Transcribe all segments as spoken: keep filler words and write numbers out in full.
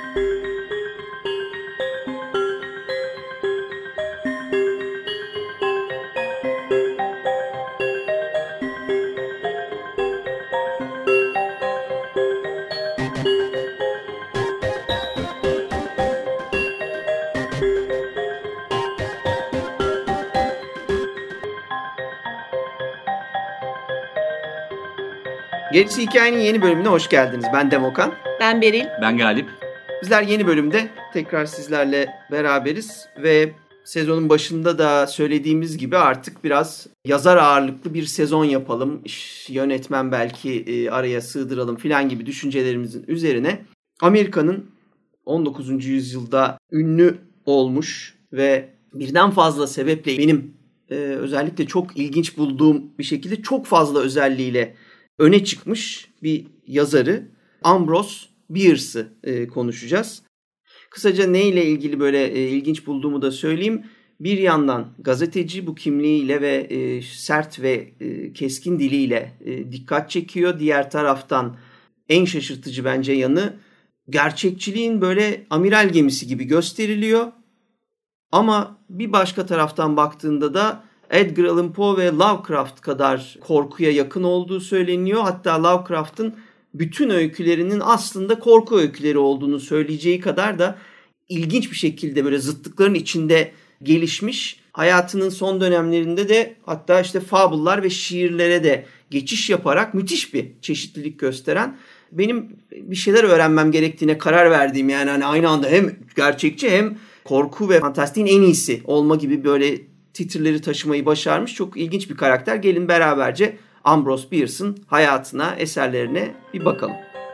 Gerisi Hikayenin yeni bölümüne hoş geldiniz. Ben Demokan. Ben Beril. Ben Galip. Bizler yeni bölümde tekrar sizlerle beraberiz ve sezonun başında da söylediğimiz gibi artık biraz yazar ağırlıklı bir sezon yapalım. Yönetmen belki araya sığdıralım filan gibi düşüncelerimizin üzerine Amerika'nın on dokuzuncu yüzyılda ünlü olmuş ve birden fazla sebeple benim e, özellikle çok ilginç bulduğum bir şekilde çok fazla özelliğiyle öne çıkmış bir yazarı Ambrose Bierce'ı e, konuşacağız. Kısaca neyle ilgili böyle e, ilginç bulduğumu da söyleyeyim. Bir yandan gazeteci, bu kimliğiyle ve e, sert ve e, keskin diliyle e, dikkat çekiyor. Diğer taraftan en şaşırtıcı bence yanı gerçekçiliğin böyle amiral gemisi gibi gösteriliyor. Ama bir başka taraftan baktığında da Edgar Allan Poe ve Lovecraft kadar korkuya yakın olduğu söyleniyor. Hatta Lovecraft'ın bütün öykülerinin aslında korku öyküleri olduğunu söyleyeceği kadar da ilginç bir şekilde böyle zıtlıkların içinde gelişmiş. Hayatının son dönemlerinde de hatta işte fabullar ve şiirlere de geçiş yaparak müthiş bir çeşitlilik gösteren, benim bir şeyler öğrenmem gerektiğine karar verdiğim, yani hani aynı anda hem gerçekçi hem korku ve fantastiğin en iyisi olma gibi böyle titirleri taşımayı başarmış çok ilginç bir karakter. Gelin beraberce Ambrose Bierce'ın hayatına, eserlerine bir bakalım.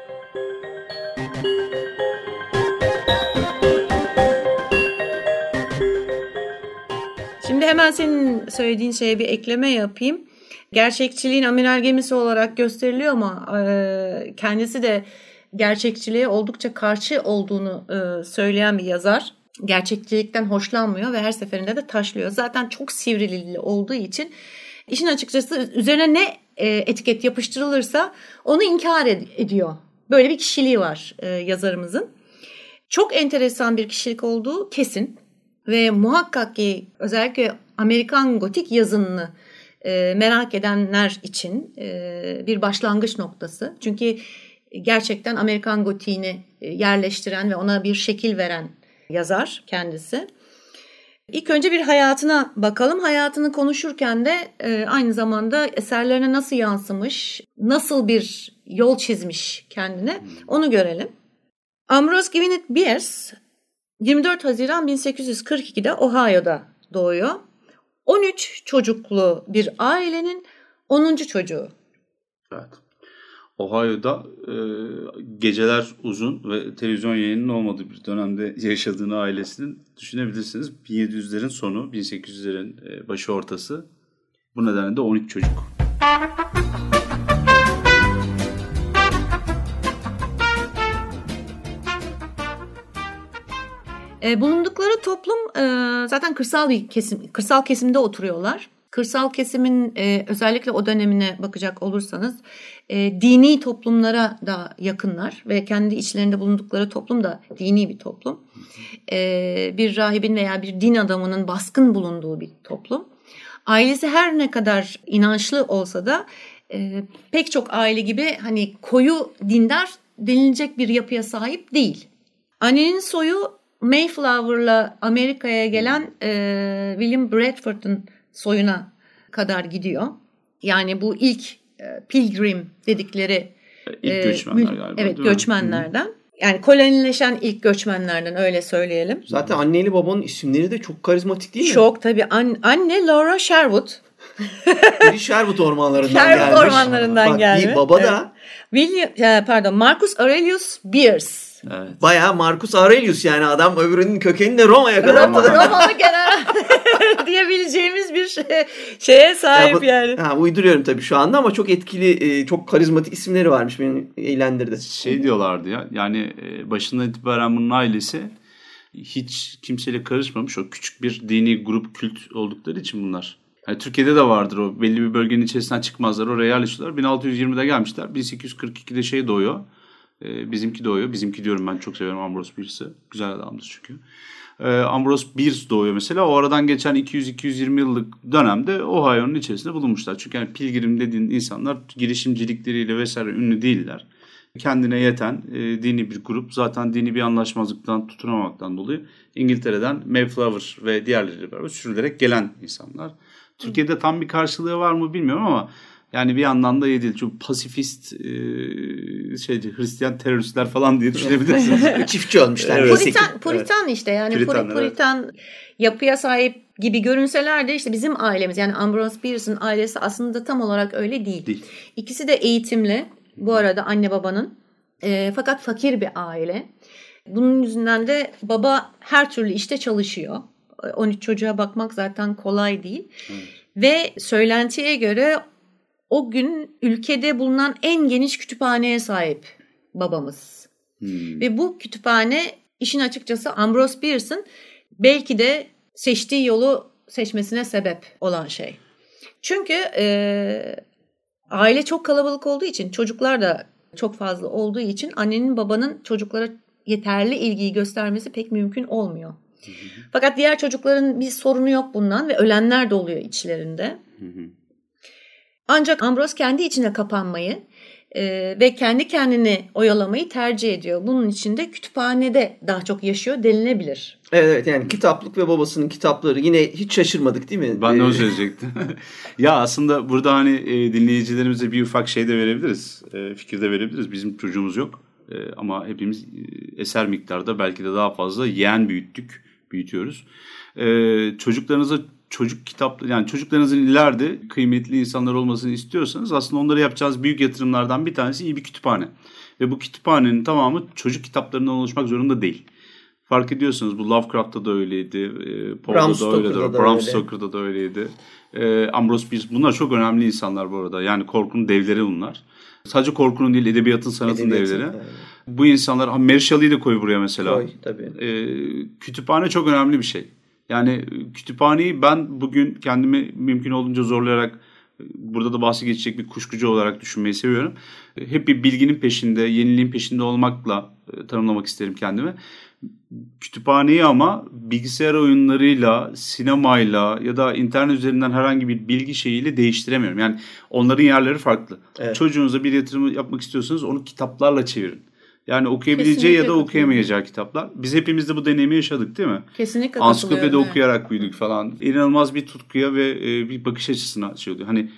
Şimdi hemen senin söylediğin şeye bir ekleme yapayım. Gerçekçiliğin amiral gemisi olarak gösteriliyor ama e, kendisi de gerçekçiliğe oldukça karşı olduğunu e, söyleyen bir yazar. Gerçekçilikten hoşlanmıyor ve her seferinde de taşlıyor. Zaten çok sivri dilli olduğu için işin açıkçası üzerine ne e, etiket yapıştırılırsa onu inkar ed- ediyor. Böyle bir kişiliği var e, yazarımızın. Çok enteresan bir kişilik olduğu kesin ve muhakkak ki özellikle Amerikan gotik yazınını e, merak edenler için e, bir başlangıç noktası. Çünkü gerçekten Amerikan gotiğini yerleştiren ve ona bir şekil veren yazar kendisi. İlk önce bir hayatına bakalım. Hayatını konuşurken de e, aynı zamanda eserlerine nasıl yansımış, nasıl bir yol çizmiş kendine onu görelim. Ambrose Gwyneth Bierce yirmi dört Haziran bin sekiz yüz kırk ikide Ohio'da doğuyor. on üç çocuklu bir ailenin onuncu çocuğu. Evet. Ohio'da e, geceler uzun ve televizyon yayınının olmadığı bir dönemde yaşadığını ailesinin düşünebilirsiniz. bin yedi yüzlerin sonu, bin sekiz yüzlerin başı ortası. Bu nedenle de on üç çocuk. E, bulundukları toplum e, zaten kırsal bir kesim, kırsal kesimde oturuyorlar. Kırsal kesimin e, özellikle o dönemine bakacak olursanız e, dini toplumlara da yakınlar ve kendi içlerinde bulundukları toplum da dini bir toplum. E, bir rahibin veya bir din adamının baskın bulunduğu bir toplum. Ailesi her ne kadar inançlı olsa da e, pek çok aile gibi hani koyu dindar denilecek bir yapıya sahip değil. Annenin soyu Mayflower'la Amerika'ya gelen e, William Bradford'un soyuna kadar gidiyor. Yani bu ilk e, pilgrim dedikleri ilk e, göçmenler galiba. Evet, göçmenlerden. Yani kolonileşen ilk göçmenlerden, öyle söyleyelim. Zaten anneyle babanın isimleri de çok karizmatik değil mi? Çok tabii. An- anne Laura Sherwood. Biri Sherwood ormanlarından Sherwood gelmiş. ormanlarından Bak, gelmiş. Bir baba da evet. William, pardon, Marcus Aurelius Bierce. Evet. Bayağı Marcus Aurelius, yani adam öbürünün kökeni de Roma'ya kadar. Roma, Romalı general diyebileceğimiz bir şey, şeye sahip ya bu, yani. Ha, uyduruyorum tabii şu anda ama çok etkili, çok karizmatik isimleri varmış, beni eğlendirdi. Şey diyorlardı ya, yani başından itibaren bunun ailesi hiç kimseyle karışmamış, o küçük bir dini grup, kült oldukları için bunlar. Yani Türkiye'de de vardır o, belli bir bölgenin içerisinden çıkmazlar, oraya yerleşiyorlar. bin altı yüz yirmide gelmişler, bin sekiz yüz kırk ikide şey doğuyor. E, bizimki doğuyor. Bizimki diyorum, ben çok seviyorum Ambrose Bierce'ı. Güzel adamdır çünkü. E, Ambrose Bierce doğuyor mesela. O aradan geçen iki yüz iki yüz yirmi yıllık dönemde Ohio'nun içerisinde bulunmuşlar. Çünkü yani pilgrim dediğin insanlar girişimcilikleriyle vesaire ünlü değiller. Kendine yeten e, dini bir grup. Zaten dini bir anlaşmazlıktan, tutunamamaktan dolayı İngiltere'den Mayflower ve diğerleriyle beraber sürülerek gelen insanlar. Türkiye'de tam bir karşılığı var mı bilmiyorum ama yani bir yandan da iyi değil. Çünkü pasifist e, şeyci, Hristiyan teröristler falan diye düşünebilirsiniz. Çiftçi olmuşlar. Evet. Puritan, Puritan evet. işte yani Puritan, Puritan evet. yapıya sahip gibi görünseler de işte bizim ailemiz, yani Ambrose Bierce'ın ailesi aslında tam olarak öyle değil. değil. İkisi de eğitimli. Bu arada anne babanın. E, fakat fakir bir aile. Bunun yüzünden de baba her türlü işte çalışıyor. on üç çocuğa bakmak zaten kolay değil. Evet. Ve söylentiye göre o gün ülkede bulunan en geniş kütüphaneye sahip babamız. Hmm. Ve bu kütüphane işin açıkçası Ambrose Bierce'ın belki de seçtiği yolu seçmesine sebep olan şey. Çünkü e, aile çok kalabalık olduğu için, çocuklar da çok fazla olduğu için annenin babanın çocuklara yeterli ilgiyi göstermesi pek mümkün olmuyor. Hı hı. Fakat diğer çocukların bir sorunu yok bundan ve ölenler de oluyor içlerinde. Hı hı. Ancak Ambrose kendi içine kapanmayı e, ve kendi kendini oyalamayı tercih ediyor. Bunun için de kütüphanede daha çok yaşıyor denilebilir. Evet, evet, yani kitaplık ve babasının kitapları, yine hiç şaşırmadık değil mi? Ben de o söyleyecektim. Ya aslında burada hani e, dinleyicilerimize bir ufak şey de verebiliriz. E, fikir de verebiliriz. Bizim çocuğumuz yok. E, ama hepimiz e, eser miktarda, belki de daha fazla yeğen büyüttük, büyütüyoruz. E, çocuklarınıza çocuk kitapları, yani çocuklarınızın ileride kıymetli insanlar olmasını istiyorsanız aslında onlara yapacağınız büyük yatırımlardan bir tanesi iyi bir kütüphane. Ve bu kütüphanenin tamamı çocuk kitaplarından oluşmak zorunda değil. Fark ediyorsunuz, bu Lovecraft'ta da öyleydi, Poe'da da öyleydi, Bram Stoker'da da öyleydi. E, Ambrose Bierce, bunlar çok önemli insanlar bu arada. Yani korkunun devleri bunlar. Sadece korkunun değil, edebiyatın, sanatın edebiyatın devleri. Yani. Bu insanlar, Mary Shelley'i de koy buraya mesela. Koy, tabii. E, kütüphane çok önemli bir şey. Yani kütüphaneyi ben bugün kendimi mümkün olduğunca zorlayarak, burada da bahsi geçecek bir kuşkucu olarak düşünmeyi seviyorum. Hep bir bilginin peşinde, yeniliğin peşinde olmakla tanımlamak isterim kendimi. Kütüphaneyi ama bilgisayar oyunlarıyla, sinemayla ya da internet üzerinden herhangi bir bilgi şeyiyle değiştiremiyorum. Yani onların yerleri farklı. Evet. Çocuğunuza bir yatırım yapmak istiyorsanız onu kitaplarla çevirin. Yani okuyabileceği Kesinlikle ya da okuyamayacağı kitaplar. Biz hepimiz de bu deneyimi yaşadık değil mi? Kesinlikle Ansiklopedi katılıyorum. okuyarak büyüdük falan. İnanılmaz bir tutkuya ve bir bakış açısına şey oluyor. Hani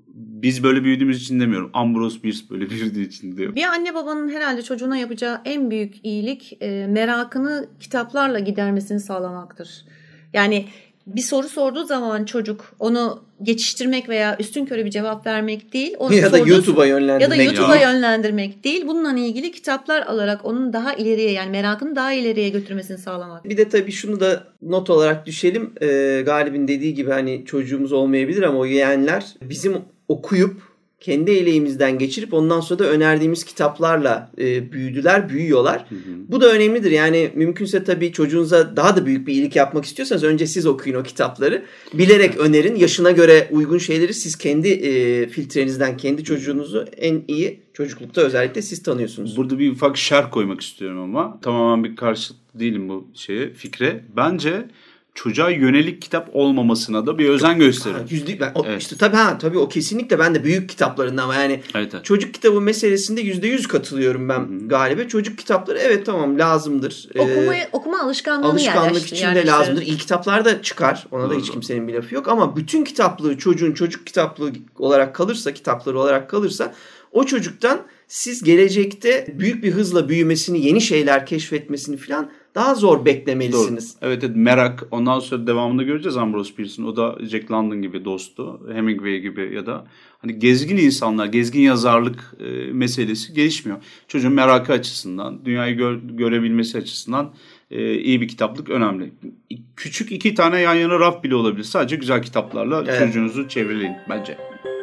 biz böyle büyüdüğümüz için demiyorum. Ambrose Bierce böyle büyüdüğü için diyor. Bir anne babanın herhalde çocuğuna yapacağı en büyük iyilik e, merakını kitaplarla gidermesini sağlamaktır. Yani bir soru sorduğu zaman çocuk onu geçiştirmek veya üstünkörü bir cevap vermek değil. Onu ya da YouTube'a yönlendirmek. Ya da YouTube'a ya. yönlendirmek değil. Bununla ilgili kitaplar alarak onun daha ileriye, yani merakını daha ileriye götürmesini sağlamak. Bir de tabii şunu da not olarak düşelim. Ee, Galip'in dediği gibi hani çocuğumuz olmayabilir ama o yeğenler bizim okuyup kendi eleğimizden geçirip ondan sonra da önerdiğimiz kitaplarla e, büyüdüler, büyüyorlar. Hı hı. Bu da önemlidir. Yani mümkünse tabii çocuğunuza daha da büyük bir iyilik yapmak istiyorsanız önce siz okuyun o kitapları. Bilerek önerin. Yaşına göre uygun şeyleri siz kendi e, filtrenizden kendi çocuğunuzu en iyi çocuklukta özellikle siz tanıyorsunuz. Burada bir ufak şerh koymak istiyorum ama tamamen bir karşıt değilim bu şeye, fikre. Bence çocuğa yönelik kitap olmamasına da bir özen gösterin. Ha, yüzde, ben, o, evet. işte, tabii, ha, tabii o kesinlikle, ben de büyük kitaplarından ama yani evet, evet. çocuk kitabı meselesinde yüzde yüz katılıyorum ben Hı-hı. galiba. Çocuk kitapları evet tamam lazımdır. Okuma, ee, okuma alışkanlığı Alışkanlık için de lazımdır. İyi kitaplar da çıkar. Ona Doğru. da hiç kimsenin bir lafı yok ama bütün kitaplığı çocuğun çocuk kitaplığı olarak kalırsa, kitapları olarak kalırsa o çocuktan siz gelecekte büyük bir hızla büyümesini, yeni şeyler keşfetmesini falan daha zor beklemelisiniz. Doğru. Evet, evet, merak. Ondan sonra devamını göreceğiz Ambrose Bierce'ın. O da Jack London gibi dostu, Hemingway gibi ya da hani gezgin insanlar, gezgin yazarlık e, meselesi gelişmiyor. Çocuğun merakı açısından, dünyayı gör, görebilmesi açısından e, iyi bir kitaplık önemli. Küçük iki tane yan yana raf bile olabilir. Sadece güzel kitaplarla evet. çocuğunuzu çevreleyin bence.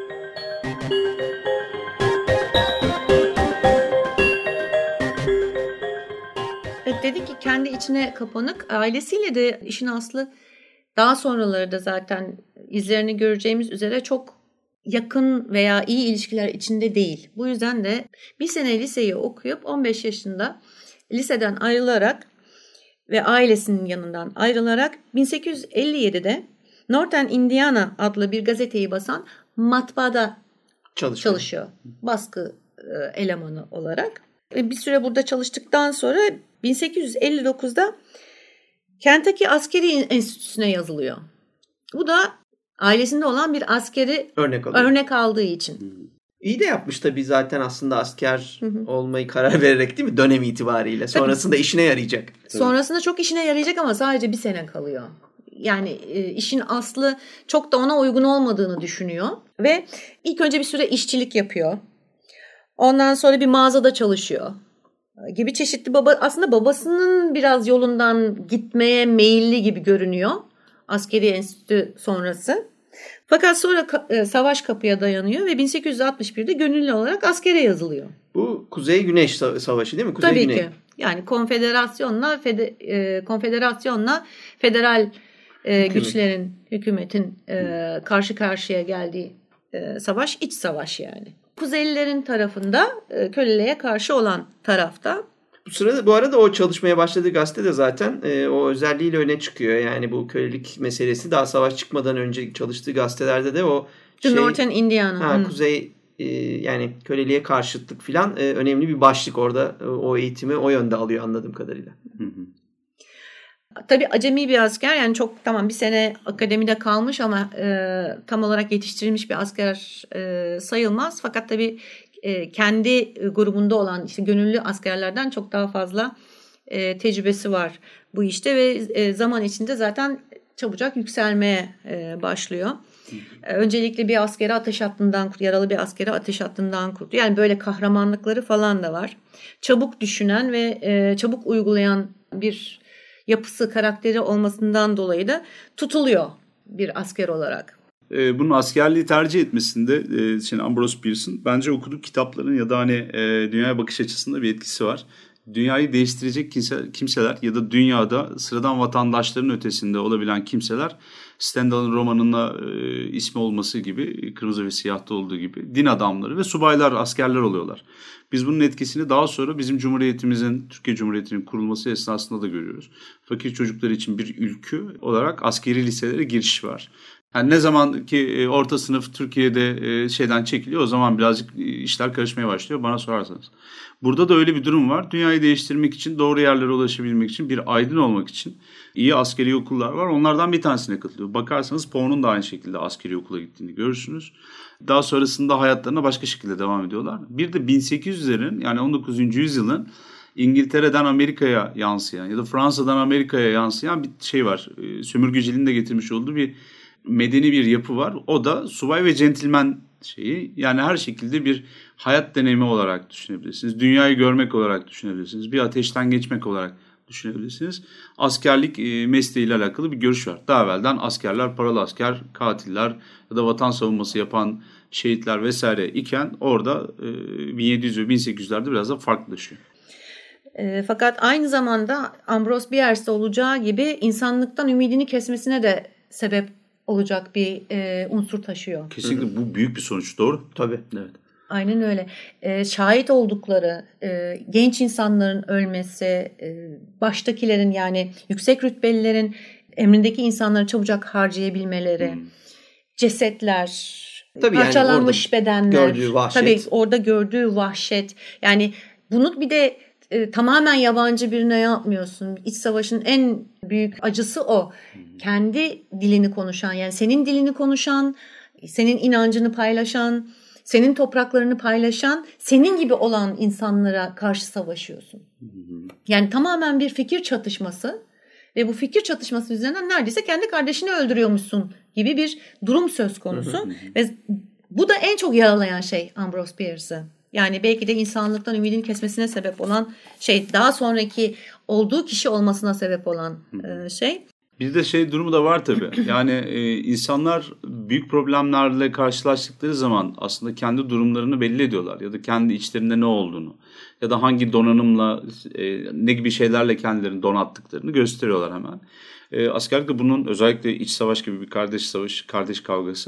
Dedik ki kendi içine kapanık, ailesiyle de işin aslı daha sonraları da zaten izlerini göreceğimiz üzere çok yakın veya iyi ilişkiler içinde değil. Bu yüzden de bir sene liseyi okuyup on beş yaşında liseden ayrılarak ve ailesinin yanından ayrılarak bin sekiz yüz elli yedide Northern Indiana adlı bir gazeteyi basan matbaada çalışıyor. çalışıyor. Baskı e, elemanı olarak. Bir süre burada çalıştıktan sonra bin sekiz yüz elli dokuzda Kentucky Askeri Enstitüsü'ne yazılıyor. Bu da ailesinde olan bir askeri örnek, örnek aldığı için. İyi de yapmış tabii zaten aslında asker hı hı. olmayı karar vererek değil mi dönem itibariyle. Sonrasında tabii. işine yarayacak. Sonrasında çok işine yarayacak ama sadece bir sene kalıyor. Yani e, işin aslı çok da ona uygun olmadığını düşünüyor. Ve ilk önce bir süre işçilik yapıyor. Ondan sonra bir mağazada çalışıyor. Gibi çeşitli baba aslında babasının biraz yolundan gitmeye meyilli gibi görünüyor. Askeri enstitü sonrası. Fakat sonra e, savaş kapıya dayanıyor ve bin sekiz yüz altmış birde gönüllü olarak askere yazılıyor. Bu Kuzey-Güney Savaşı değil mi? Kuzey Tabii Güney. ki. Yani konfederasyonla fede, e, konfederasyonla federal e, güçlerin, hükümetin e, karşı karşıya geldiği e, savaş, iç savaş yani. Kuzeylilerin tarafında e, köleliğe karşı olan tarafta. Bu sırada bu arada o çalışmaya başladığı gazete de zaten e, o özelliğiyle öne çıkıyor. Yani bu kölelik meselesi daha savaş çıkmadan önce çalıştığı gazetelerde de o şey, Northern Indiana. Ha, Kuzey e, yani köleliğe karşıtlık filan e, önemli bir başlık orada. E, o eğitimi o yönde alıyor anladığım kadarıyla. Hı hı. Tabii acemi bir asker yani çok tamam bir sene akademide kalmış ama e, tam olarak yetiştirilmiş bir asker e, sayılmaz. Fakat tabii e, kendi grubunda olan işte gönüllü askerlerden çok daha fazla e, tecrübesi var bu işte ve e, zaman içinde zaten çabucak yükselmeye e, başlıyor. E, öncelikle bir askeri ateş hattından, yaralı bir askeri ateş hattından kurtuldu. Yani böyle kahramanlıkları falan da var. Çabuk düşünen ve e, çabuk uygulayan bir yapısı, karakteri olmasından dolayı da tutuluyor bir asker olarak. E, bunun askerliği tercih etmesinde e, şimdi Ambrose Bierce'ın bence okuduğu kitapların ya da hani e, dünyaya bakış açısında bir etkisi var. Dünyayı değiştirecek kimse, kimseler ya da dünyada sıradan vatandaşların ötesinde olabilen kimseler Stendhal'ın romanında e, ismi olması gibi, Kırmızı ve Siyah'ta olduğu gibi din adamları ve subaylar, askerler oluyorlar. Biz bunun etkisini daha sonra bizim Cumhuriyetimizin, Türkiye Cumhuriyeti'nin kurulması esnasında da görüyoruz. Fakir çocuklar için bir ülkü olarak askeri liselere giriş var. Yani ne zaman ki orta sınıf Türkiye'de şeyden çekiliyor o zaman birazcık işler karışmaya başlıyor bana sorarsanız. Burada da öyle bir durum var. Dünyayı değiştirmek için, doğru yerlere ulaşabilmek için, bir aydın olmak için iyi askeri okullar var. Onlardan bir tanesine katılıyor. Bakarsanız Poe'nun da aynı şekilde askeri okula gittiğini görürsünüz. Daha sonrasında hayatlarına başka şekilde devam ediyorlar. Bir de bin sekiz yüzlerin yani on dokuzuncu yüzyılın İngiltere'den Amerika'ya yansıyan ya da Fransa'dan Amerika'ya yansıyan bir şey var. Sömürgeciliğin de getirmiş olduğu bir medeni bir yapı var. O da subay ve centilmen şeyi. Yani her şekilde bir hayat deneyimi olarak düşünebilirsiniz. Dünyayı görmek olarak düşünebilirsiniz. Bir ateşten geçmek olarak düşünebilirsiniz. Askerlik e, mesleğiyle alakalı bir görüş var. Daha evvelden askerler paralı asker, katiller ya da vatan savunması yapan şehitler vesaire iken orada e, bin yedi yüz ve bin sekiz yüzlerde biraz da farklılaşıyor. E, fakat aynı zamanda Ambrose Bierce'de olacağı gibi insanlıktan ümidini kesmesine de sebep olacak bir e, unsur taşıyor. Kesinlikle bu büyük bir sonuç, doğru? Tabii. Evet. Aynen öyle. E, şahit oldukları e, genç insanların ölmesi, e, baştakilerin yani yüksek rütbelilerin emrindeki insanları çabucak harcayabilmeleri, hmm. cesetler, tabii parçalanmış yani bedenler, gördüğü vahşet. Tabii orada gördüğü vahşet. Yani bunu bir de e, tamamen yabancı birine yapmıyorsun. İç savaşın en büyük acısı o. Hmm. Kendi dilini konuşan, yani senin dilini konuşan, senin inancını paylaşan, senin topraklarını paylaşan, senin gibi olan insanlara karşı savaşıyorsun. Yani tamamen bir fikir çatışması ve bu fikir çatışması üzerinden neredeyse kendi kardeşini öldürüyormuşsun gibi bir durum söz konusu. Ve bu da en çok yaralayan şey Ambrose Bierce'ı. Yani belki de insanlıktan ümidini kesmesine sebep olan şey, daha sonraki olduğu kişi olmasına sebep olan şey. Bir de şey durumu da var tabii. Yani e, insanlar büyük problemlerle karşılaştıkları zaman aslında kendi durumlarını belli ediyorlar. Ya da kendi içlerinde ne olduğunu. Ya da hangi donanımla, e, ne gibi şeylerle kendilerini donattıklarını gösteriyorlar hemen. E, askerlikte bunun özellikle iç savaş gibi bir kardeş savaşı, kardeş kavgası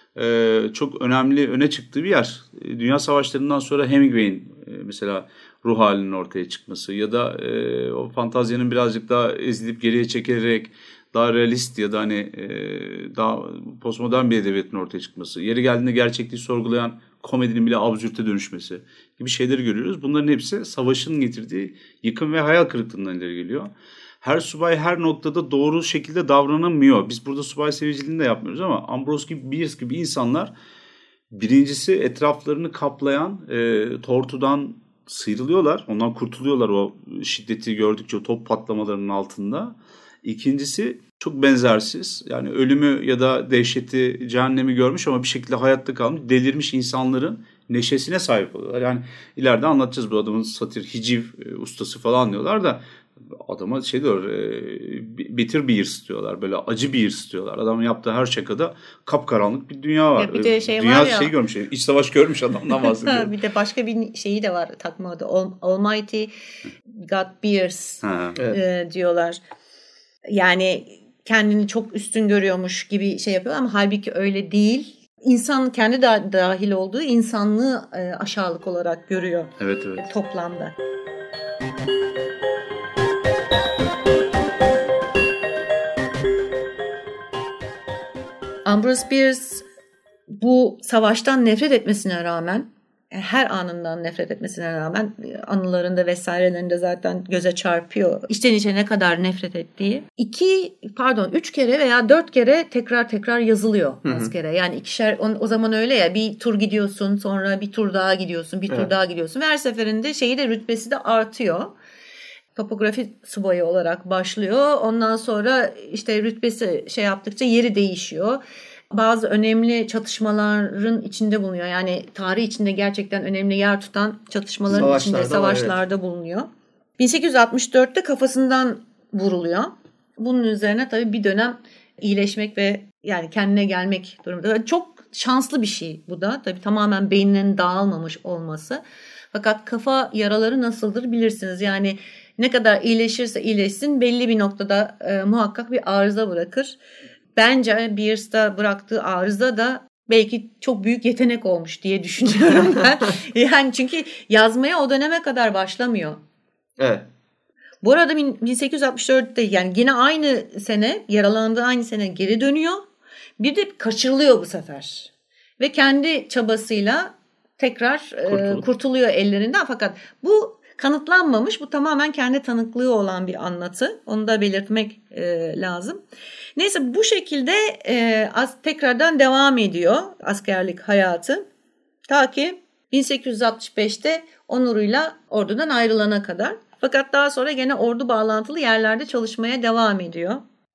e, çok önemli öne çıktığı bir yer. Dünya savaşlarından sonra Hemingway'in e, mesela ruh halinin ortaya çıkması ya da e, o fantazyanın birazcık daha ezilip geriye çekerek daha realist ya da hani e, daha postmodern bir edebiyatın ortaya çıkması, yeri geldiğinde gerçekliği sorgulayan komedinin bile absürte dönüşmesi gibi şeyleri görüyoruz. Bunların hepsi savaşın getirdiği yıkım ve hayal kırıklığından ileri geliyor. Her subay her noktada doğru şekilde davranamıyor. Biz burada subay seviciliğini de yapmıyoruz ama Ambrose gibi, Bierce gibi insanlar birincisi etraflarını kaplayan e, tortudan sıyrılıyorlar. Ondan kurtuluyorlar o şiddeti gördükçe o top patlamalarının altında. İkincisi çok benzersiz. Yani ölümü ya da dehşeti, cehennemi görmüş ama bir şekilde hayatta kalmış, delirmiş insanların neşesine sahip oluyorlar. Yani ileride anlatacağız bu adamın satir, hiciv e, ustası falan diyorlar da adama şey diyor, e, bitter Bierce diyorlar. Böyle acı Bierce diyorlar. Adamın yaptığı her şakada kapkaranlık bir dünya var. Ya bir de şey dünya var ya. şey görmüş, iç savaş görmüş adamdan bahsediyor. Bir de başka bir şeyi de var takma adı. Almighty God Bierce evet. e, diyorlar. Yani kendini çok üstün görüyormuş gibi şey yapıyor ama halbuki öyle değil. İnsan kendi da dahil olduğu insanlığı e, aşağılık olarak görüyor. Evet evet. E, toplamda. Ambrose Bierce bu savaştan nefret etmesine rağmen, her anından nefret etmesine rağmen anılarında vesairelerinde zaten göze çarpıyor. İçten içe ne kadar nefret ettiği. İki, pardon üç kere veya dört kere tekrar tekrar yazılıyor askere. Yani ikişer, o zaman öyle ya, bir tur gidiyorsun, sonra bir tur daha gidiyorsun, bir tur evet. daha gidiyorsun. Ve her seferinde şeyi de, rütbesi de artıyor. Topografi subayı olarak başlıyor. Ondan sonra işte rütbesi şey yaptıkça yeri değişiyor. Bazı önemli çatışmaların içinde bulunuyor. Yani tarih içinde gerçekten önemli yer tutan çatışmaların savaşlarda içinde, savaşlarda var, evet. bulunuyor. bin sekiz yüz altmış dörtte kafasından vuruluyor. Bunun üzerine tabii bir dönem iyileşmek ve yani kendine gelmek durumunda. Çok şanslı bir şey bu da. Tabii tamamen beyninin dağılmamış olması. Fakat kafa yaraları nasıldır bilirsiniz. Yani ne kadar iyileşirse iyileşsin belli bir noktada e, muhakkak bir arıza bırakır. Bence Bierce'da bıraktığı arıza da belki çok büyük yetenek olmuş diye düşünüyorum ben. Yani çünkü yazmaya o döneme kadar başlamıyor. Evet. Bu arada bin sekiz yüz altmış dörtte yani yine aynı sene, yaralandığı aynı sene geri dönüyor. Bir de kaçırılıyor bu sefer. Ve kendi çabasıyla tekrar e, kurtuluyor ellerinden. Fakat bu kanıtlanmamış. Bu tamamen kendi tanıklığı olan bir anlatı. Onu da belirtmek e, lazım. Neyse bu şekilde e, az, tekrardan devam ediyor askerlik hayatı. Ta ki bin sekiz yüz altmış beşte onuruyla ordudan ayrılana kadar. Fakat daha sonra gene ordu bağlantılı yerlerde çalışmaya devam ediyor.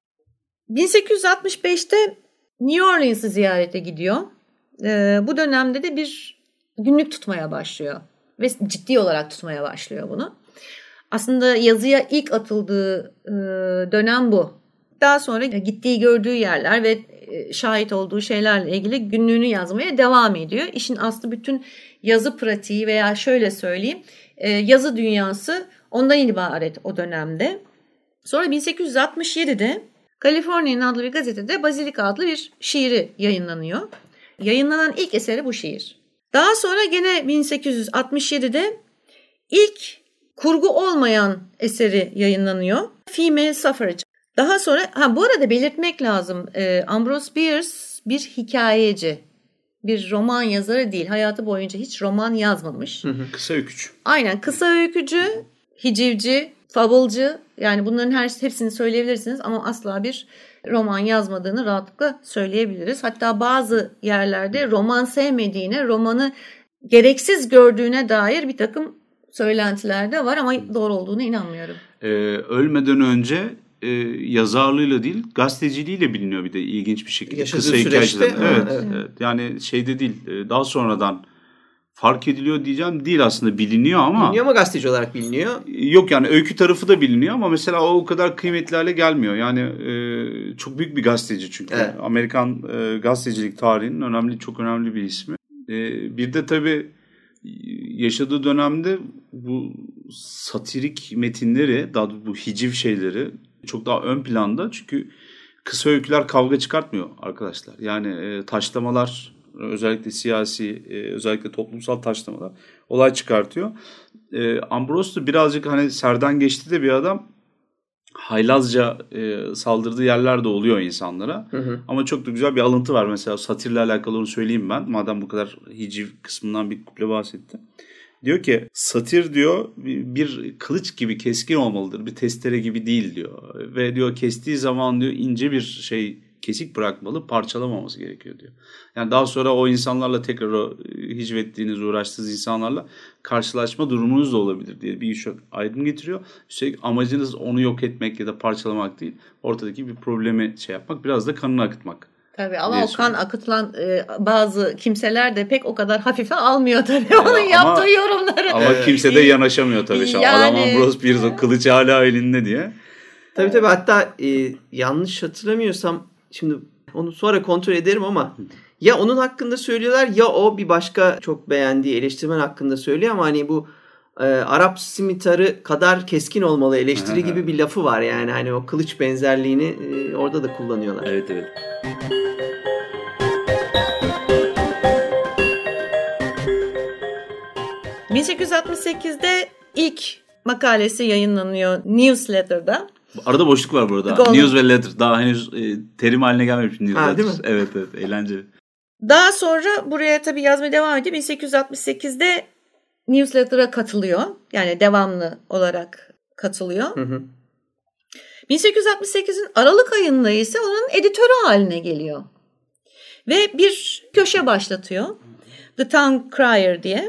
bin sekiz yüz altmış beşte New Orleans'ı ziyarete gidiyor. E, bu dönemde de bir günlük tutmaya başlıyor. Ve ciddi olarak tutmaya başlıyor bunu. Aslında yazıya ilk atıldığı e, dönem bu. Daha sonra gittiği gördüğü yerler ve e, şahit olduğu şeylerle ilgili günlüğünü yazmaya devam ediyor. İşin aslı bütün yazı pratiği veya şöyle söyleyeyim e, yazı dünyası ondan ibaret o dönemde. Sonra bin sekiz yüz altmış yedide California'nın adlı bir gazetede Bazilika adlı bir şiiri yayınlanıyor. Yayınlanan ilk eseri bu şiir. Daha sonra gene bin sekiz yüz altmış yedide ilk kurgu olmayan eseri yayınlanıyor. Female Suffrage. Daha sonra, ha bu arada belirtmek lazım. E, Ambrose Bierce bir hikayeci, bir roman yazarı değil. Hayatı boyunca hiç roman yazmamış. Hı hı, kısa öykücü. Aynen, kısa öykücü, hicivci, fabulcu. Yani bunların her hepsini söyleyebilirsiniz ama asla bir roman yazmadığını rahatlıkla söyleyebiliriz. Hatta bazı yerlerde roman sevmediğine, romanı gereksiz gördüğüne dair bir takım söylentiler de var ama doğru olduğuna inanmıyorum. Ee, ölmeden önce e, yazarlığıyla değil, gazeteciliğiyle biliniyor bir de ilginç bir şekilde. Yaşadığı kısa süreçte. Evet, evet. evet. Yani şeyde değil, daha sonradan fark ediliyor diyeceğim, değil aslında, biliniyor ama. Biliniyor ama gazeteci olarak biliniyor. Yok yani öykü tarafı da biliniyor ama mesela o o kadar kıymetli hale gelmiyor. Yani e, çok büyük bir gazeteci çünkü. Evet. Amerikan e, gazetecilik tarihinin önemli, çok önemli bir ismi. E, bir de tabii yaşadığı dönemde bu satirik metinleri, daha bu hiciv şeyleri çok daha ön planda. Çünkü kısa öyküler kavga çıkartmıyor arkadaşlar. Yani e, taşlamalar, özellikle siyasi, e, özellikle toplumsal taşlamalar olay çıkartıyor. E, Ambrose da birazcık hani serden geçti de bir adam, haylazca e, saldırdığı yerler de oluyor insanlara. Hı hı. Ama çok da güzel bir alıntı var. Mesela satirle alakalı onu söyleyeyim ben. Madem bu kadar hiciv kısmından bir kuple bahsetti. Diyor ki satir diyor bir kılıç gibi keskin olmalıdır. Bir testere gibi değil diyor. Ve diyor kestiği zaman diyor ince bir şey kesik bırakmalı, parçalamaması gerekiyor diyor. Yani daha sonra o insanlarla tekrar o hicvettiğiniz, uğraştığınız insanlarla karşılaşma durumunuz da olabilir diye bir iş aydın getiriyor. Üstelik amacınız onu yok etmek ya da parçalamak değil. Ortadaki bir problemi şey yapmak, biraz da kanını akıtmak. Tabii ama o kan akıtılan e, bazı kimseler de pek o kadar hafife almıyor tabii ee, onun ama, yaptığı yorumları. Ama kimse de yanaşamıyor tabii. Yani, adam Ambrose Bierce kılıç hala elinde diye. Tabii tabii, hatta e, yanlış hatırlamıyorsam şimdi onu sonra kontrol ederim ama ya onun hakkında söylüyorlar ya o bir başka çok beğendiği eleştirmen hakkında söylüyor ama hani bu e, Arap simitarı kadar keskin olmalı eleştiri gibi bir lafı var yani hani o kılıç benzerliğini e, orada da kullanıyorlar. Evet evet. bin sekiz yüz altmış sekizde ilk makalesi yayınlanıyor Newsletter'da. Arada boşluk var burada. Golden. News ve letter. Daha henüz e, terim haline gelmemiş newsletter. Ha, değil mi? Evet evet, eğlenceli. Daha sonra buraya tabii yazmaya devam ediyor. bin sekiz yüz altmış sekizde Newsletter'a katılıyor. Yani devamlı olarak katılıyor. Hı hı. bin sekiz yüz altmış sekizin Aralık ayında ise onun editörü haline geliyor. Ve bir köşe başlatıyor. The Town Crier diye.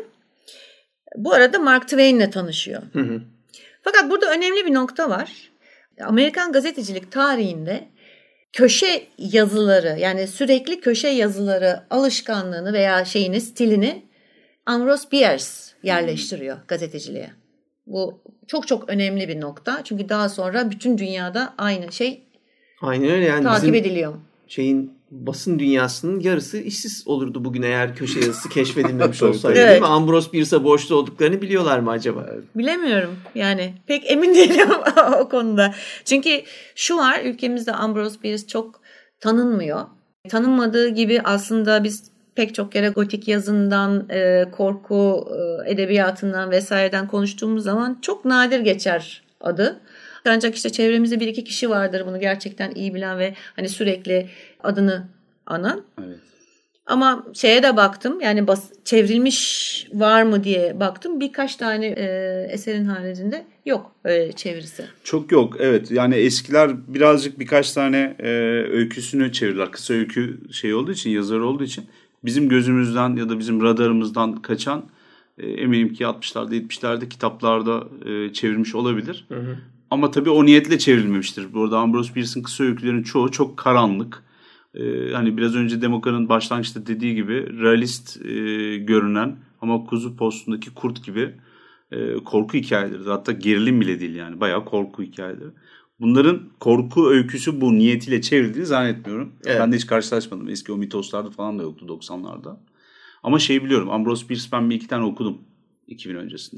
Bu arada Mark Twain'le tanışıyor. Hı hı. Fakat burada önemli bir nokta var. Amerikan gazetecilik tarihinde köşe yazıları, yani sürekli köşe yazıları alışkanlığını veya şeyini, stilini Ambrose Bierce yerleştiriyor gazeteciliğe. Bu çok çok önemli bir nokta. Çünkü daha sonra bütün dünyada aynı şey Aynen öyle yani takip ediliyor. Şeyin basın dünyasının yarısı işsiz olurdu bugün eğer köşe yazısı keşfedilmemiş olsaydı. Evet. Değil mi? Ambrose Bierce'a borçlu olduklarını biliyorlar mı acaba? Bilemiyorum. Yani pek emin değilim o konuda. Çünkü şu var, ülkemizde Ambrose Bierce çok tanınmıyor. Tanınmadığı gibi aslında biz pek çok kere gotik yazından, korku edebiyatından vesaireden konuştuğumuz zaman çok nadir geçer adı. Ancak işte çevremizde bir iki kişi vardır bunu gerçekten iyi bilen ve hani sürekli adını anan. Evet. Ama şeye de baktım, yani bas, çevrilmiş var mı diye baktım. Birkaç tane e, eserin haricinde yok öyle çevirisi. Çok yok, evet. Yani eskiler birazcık birkaç tane e, öyküsünü çevirdiler. Kısa öykü şey olduğu için, yazar olduğu için bizim gözümüzden ya da bizim radarımızdan kaçan e, eminim ki altmışlarda yetmişlerde kitaplarda e, çevirmiş olabilir. Hı hı. Ama tabii o niyetle çevrilmemiştir. Burada Ambrose Bierce'ın kısa öykülerinin çoğu çok karanlık. Ee, hani biraz önce Demokan'ın başlangıçta dediği gibi realist e, görünen ama kuzu postundaki kurt gibi e, korku hikayeleri. Hatta gerilim bile değil yani. Bayağı korku hikayeleri. Bunların korku öyküsü bu niyetiyle çevrildiğini zannetmiyorum. Evet. Ben de hiç karşılaşmadım. Eski o mitoslarda falan da yoktu doksanlarda. Ama şeyi biliyorum. Ambrose Bierce ben bir iki tane okudum iki bin öncesinde.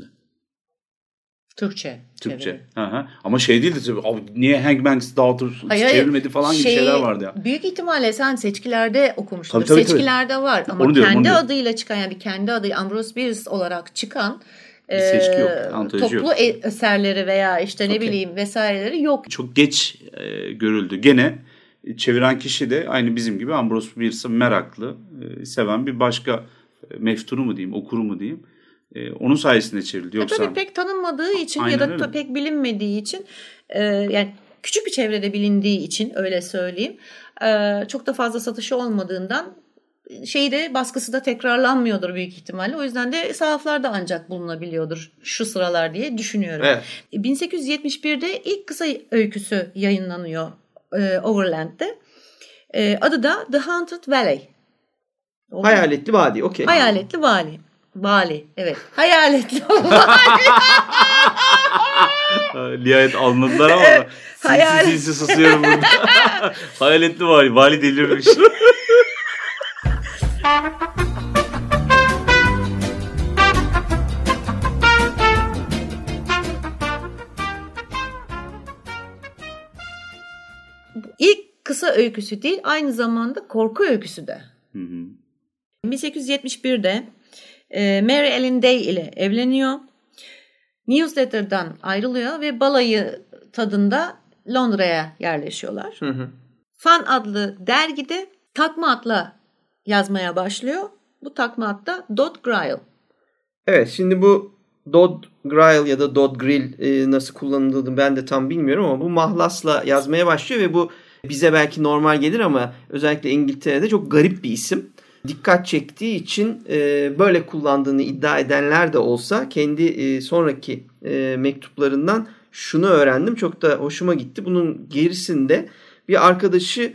Türkçe. Türkçe. Aha. Ama şey değildi tabii. Abi niye Hangman's Daughter hayır, çevrilmedi falan şey, gibi şeyler vardı ya. Büyük ihtimalle sen seçkilerde okumuşsundur. Tabii, tabii, seçkilerde tabii. Var ama diyorum, kendi adıyla çıkan, yani bir kendi adı Ambrose Bierce olarak çıkan e, seçki yok, toplu yok. Eserleri veya işte ne okay. bileyim vesaireleri yok. Çok geç e, görüldü. Gene çeviren kişi de aynı bizim gibi Ambrose Bierce'ı meraklı, e, seven bir başka e, meftunu mu diyeyim, okuru mu diyeyim. Ee, onun sayesinde çevrildi. Yoksa... E tabii pek tanınmadığı için aynen ya da öyle. Pek bilinmediği için e, yani küçük bir çevrede bilindiği için öyle söyleyeyim. E, çok da fazla satışı olmadığından şeyi de baskısı da tekrarlanmıyordur büyük ihtimalle. O yüzden de sahaflarda ancak bulunabiliyordur şu sıralar diye düşünüyorum. Evet. bin sekiz yüz yetmiş birde ilk kısa öyküsü yayınlanıyor e, Overland'de. E, adı da The Haunted Valley. Oldu Hayaletli mu? Vadi. Okay. Hayaletli Vadi. Vali, evet. Hayaletli vali. Nihayet anladılar ama sinsi Hayal... sinsi susuyorum burada. Hayaletli vali. Vali delirmiş. İlk kısa öyküsü değil, aynı zamanda korku öyküsü de. Hı hı. bin sekiz yüz yetmiş birde e, Mary Ellen Day ile evleniyor. Newsletter'dan ayrılıyor ve balayı tadında Londra'ya yerleşiyorlar. Hı hı. Fan adlı dergide takma adla yazmaya başlıyor. Bu takma ad da Dot Grill. Evet, şimdi bu Dot Grill ya da Dot Grill e, nasıl kullanıldığını ben de tam bilmiyorum ama bu mahlasla yazmaya başlıyor ve bu bize belki normal gelir ama özellikle İngiltere'de çok garip bir isim. Dikkat çektiği için e, böyle kullandığını iddia edenler de olsa kendi e, sonraki e, mektuplarından şunu öğrendim. Çok da hoşuma gitti. Bunun gerisinde bir arkadaşı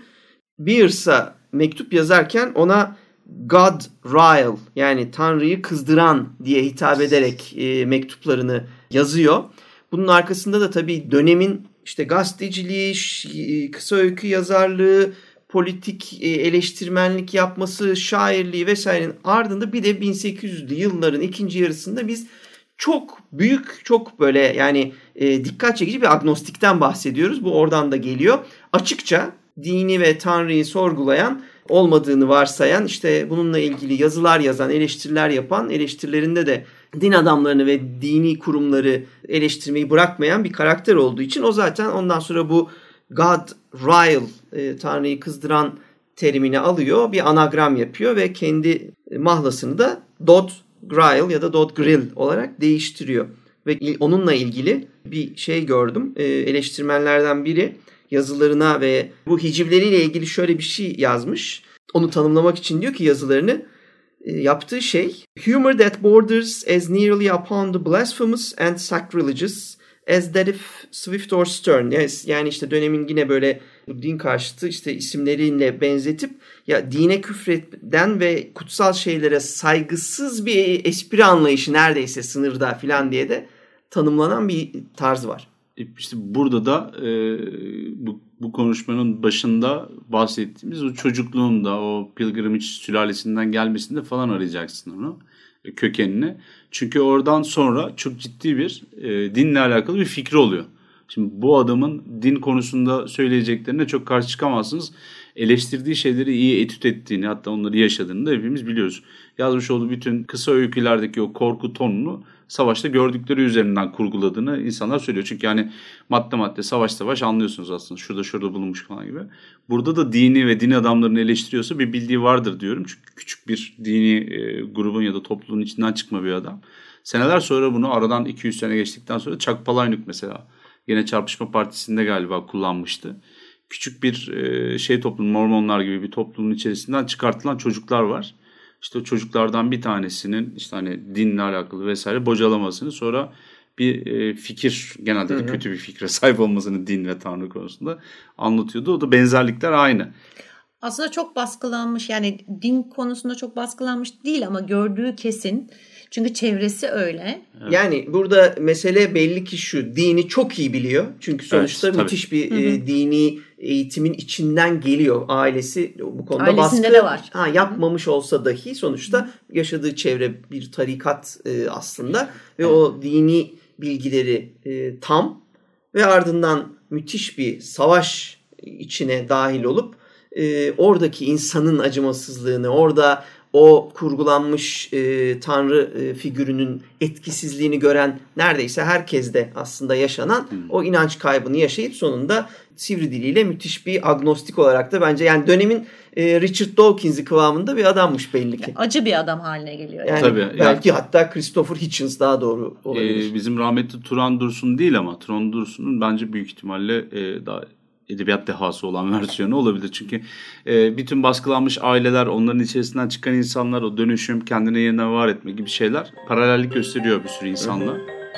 Beers'a mektup yazarken ona God rile yani Tanrı'yı kızdıran diye hitap ederek e, mektuplarını yazıyor. Bunun arkasında da tabii dönemin işte gazeteciliği, kısa öykü yazarlığı, politik eleştirmenlik yapması, şairliği vesairenin ardında bir de bin sekiz yüzlü yılların ikinci yarısında biz çok büyük, çok böyle yani e, dikkat çekici bir agnostikten bahsediyoruz. Bu oradan da geliyor. Açıkça dini ve Tanrı'yı sorgulayan, olmadığını varsayan, işte bununla ilgili yazılar yazan, eleştiriler yapan, eleştirilerinde de din adamlarını ve dini kurumları eleştirmeyi bırakmayan bir karakter olduğu için o zaten ondan sonra bu God rile, e, Tanrı'yı kızdıran terimini alıyor, bir anagram yapıyor ve kendi mahlasını da Dot Grill ya da Dot Grill olarak değiştiriyor. Ve onunla ilgili bir şey gördüm. E, eleştirmenlerden biri yazılarına ve bu hicivleriyle ilgili şöyle bir şey yazmış. Onu tanımlamak için diyor ki yazılarını e, yaptığı şey humor that borders as nearly upon the blasphemous and sacrilegious as that if Swift or Stern. Yes, yani işte dönemin yine böyle din karşıtı işte isimleriyle benzetip ya dine küfreden ve kutsal şeylere saygısız bir espri anlayışı neredeyse sınırda filan diye de tanımlanan bir tarz var. İşte burada da e, bu, bu konuşmanın başında bahsettiğimiz o çocukluğunda o Pilgrimage sülalesinden gelmesinde falan arayacaksın onu, kökenini. Çünkü oradan sonra çok ciddi bir e, dinle alakalı bir fikri oluyor. Şimdi bu adamın din konusunda söyleyeceklerine çok karşı çıkamazsınız. Eleştirdiği şeyleri iyi etüt ettiğini, hatta onları yaşadığını da hepimiz biliyoruz. Yazmış olduğu bütün kısa öykülerdeki o korku tonunu savaşta gördükleri üzerinden kurguladığını insanlar söylüyor. Çünkü yani madde madde savaş savaş anlıyorsunuz aslında. Şurada şurada bulunmuş falan gibi. Burada da dini ve din adamlarını eleştiriyorsa bir bildiği vardır diyorum. Çünkü küçük bir dini e, grubun ya da topluluğun içinden çıkma bir adam. Seneler sonra bunu aradan iki yüz sene geçtikten sonra Chuck Palahniuk mesela yine Çarpışma Partisi'nde galiba kullanmıştı. Küçük bir e, şey toplum, Mormonlar gibi bir toplumun içerisinden çıkartılan çocuklar var. İşte o çocuklardan bir tanesinin işte hani dinle alakalı vesaire bocalamasını, sonra bir e, fikir, genelde de kötü bir fikre sahip olmasını din ve Tanrı konusunda anlatıyordu. O da benzerlikler aynı. Aslında çok baskılanmış, yani din konusunda çok baskılanmış değil ama gördüğü kesin. Çünkü çevresi öyle. Evet. Yani burada mesele belli ki şu: dini çok iyi biliyor. Çünkü sonuçta evet, müthiş bir e, dini eğitimin içinden geliyor. Ailesi bu konuda ailesinde baskı de var. Ha, yapmamış olsa dahi sonuçta yaşadığı çevre bir tarikat e, aslında ve evet. o dini bilgileri e, tam ve ardından müthiş bir savaş içine dahil olup e, oradaki insanın acımasızlığını, orada o kurgulanmış e, Tanrı e, figürünün etkisizliğini gören neredeyse herkeste aslında yaşanan hmm. o inanç kaybını yaşayıp sonunda sivri diliyle müthiş bir agnostik olarak da bence yani dönemin e, Richard Dawkins'i kıvamında bir adammış belli ki. Acı bir adam haline geliyor. Yani, Tabii, belki yani, hatta Christopher Hitchens daha doğru olabilir. E, bizim rahmetli Turan Dursun değil ama Turan Dursun'un bence büyük ihtimalle e, daha edebiyat dehası olan versiyonu olabilir. Çünkü e, bütün baskılanmış aileler, onların içerisinden çıkan insanlar, o dönüşüm, kendine yeniden var etme gibi şeyler paralellik gösteriyor bir sürü insanla.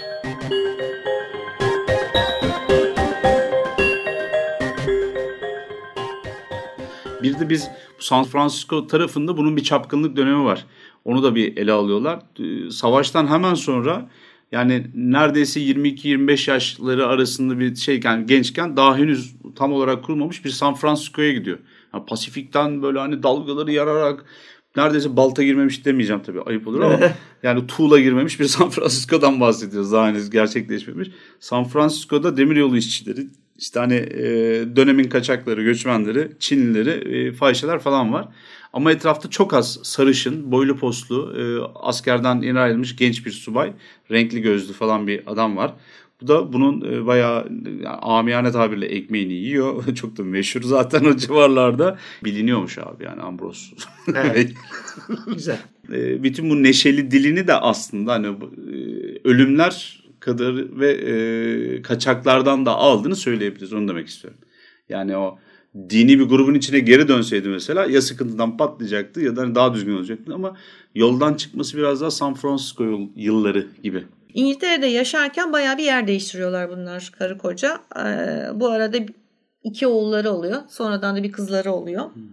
Bir de biz San Francisco tarafında bunun bir çapkınlık dönemi var. Onu da bir ele alıyorlar. Savaştan hemen sonra, yani neredeyse yirmi iki yirmi beş yaşları arasında bir şeyken, gençken, daha henüz tam olarak kurulmamış bir San Francisco'ya gidiyor. Yani Pasifik'ten böyle hani dalgaları yararak, neredeyse balta girmemiş demeyeceğim tabii, ayıp olur ama yani tuğla girmemiş bir San Francisco'dan bahsediyoruz. Daha henüz gerçekleşmemiş. San Francisco'da demiryolu işçileri İşte hani e, dönemin kaçakları, göçmenleri, Çinlileri, e, fahişeler falan var. Ama etrafta çok az sarışın, boylu postlu, e, askerden yeni ayrılmış genç bir subay, renkli gözlü falan bir adam var. Bu da bunun e, bayağı yani, amiyane tabirle ekmeğini yiyor. Çok da meşhur zaten o civarlarda. Biliniyormuş abi yani Ambrose. Evet. Güzel. E, bütün bu neşeli dilini de aslında hani e, ölümler kadar ve e, kaçaklardan da aldığını söyleyebiliriz. Onu demek istiyorum. Yani o dini bir grubun içine geri dönseydi mesela ya sıkıntıdan patlayacaktı ya da daha düzgün olacaktı ama yoldan çıkması biraz daha San Francisco yılları gibi. İngiltere'de yaşarken bayağı bir yer değiştiriyorlar bunlar karı koca. Ee, bu arada iki oğulları oluyor. Sonradan da bir kızları oluyor. Hmm.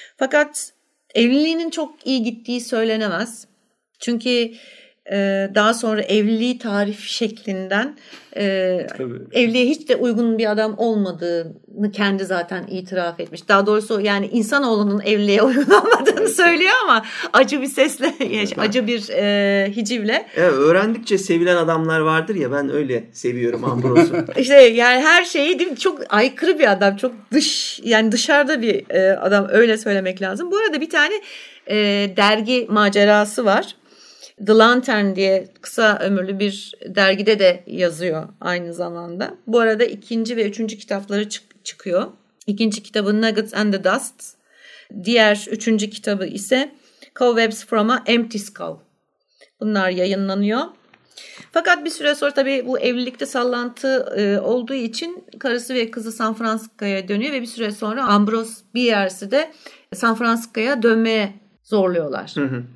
Fakat evliliğinin çok iyi gittiği söylenemez. Çünkü e, daha sonra evliliği tarif şeklinden e, evliliğe hiç de uygun bir adam olmadığını kendi zaten itiraf etmiş. Daha doğrusu yani insanoğlunun evliliğe uygun olmadığını evet. söylüyor ama acı bir sesle, evet. acı bir e, hicivle. Evet, öğrendikçe sevilen adamlar vardır ya, ben öyle seviyorum Ambrose'u. İşte yani her şeyi değil mi? Çok aykırı bir adam, çok dış yani dışarıda bir e, adam, öyle söylemek lazım. Bu arada bir tane e, dergi macerası var. The Lantern diye kısa ömürlü bir dergide de yazıyor aynı zamanda. Bu arada ikinci ve üçüncü kitapları çık- çıkıyor. İkinci kitabı Nuggets and the Dust. Diğer üçüncü kitabı ise Cobwebs from a Empty Skull. Bunlar yayınlanıyor. Fakat bir süre sonra tabii bu evlilikte sallantı e, olduğu için karısı ve kızı San Francisco'ya dönüyor ve bir süre sonra Ambrose Bierce'i de San Francisco'ya dönmeye zorluyorlar. Hı hı.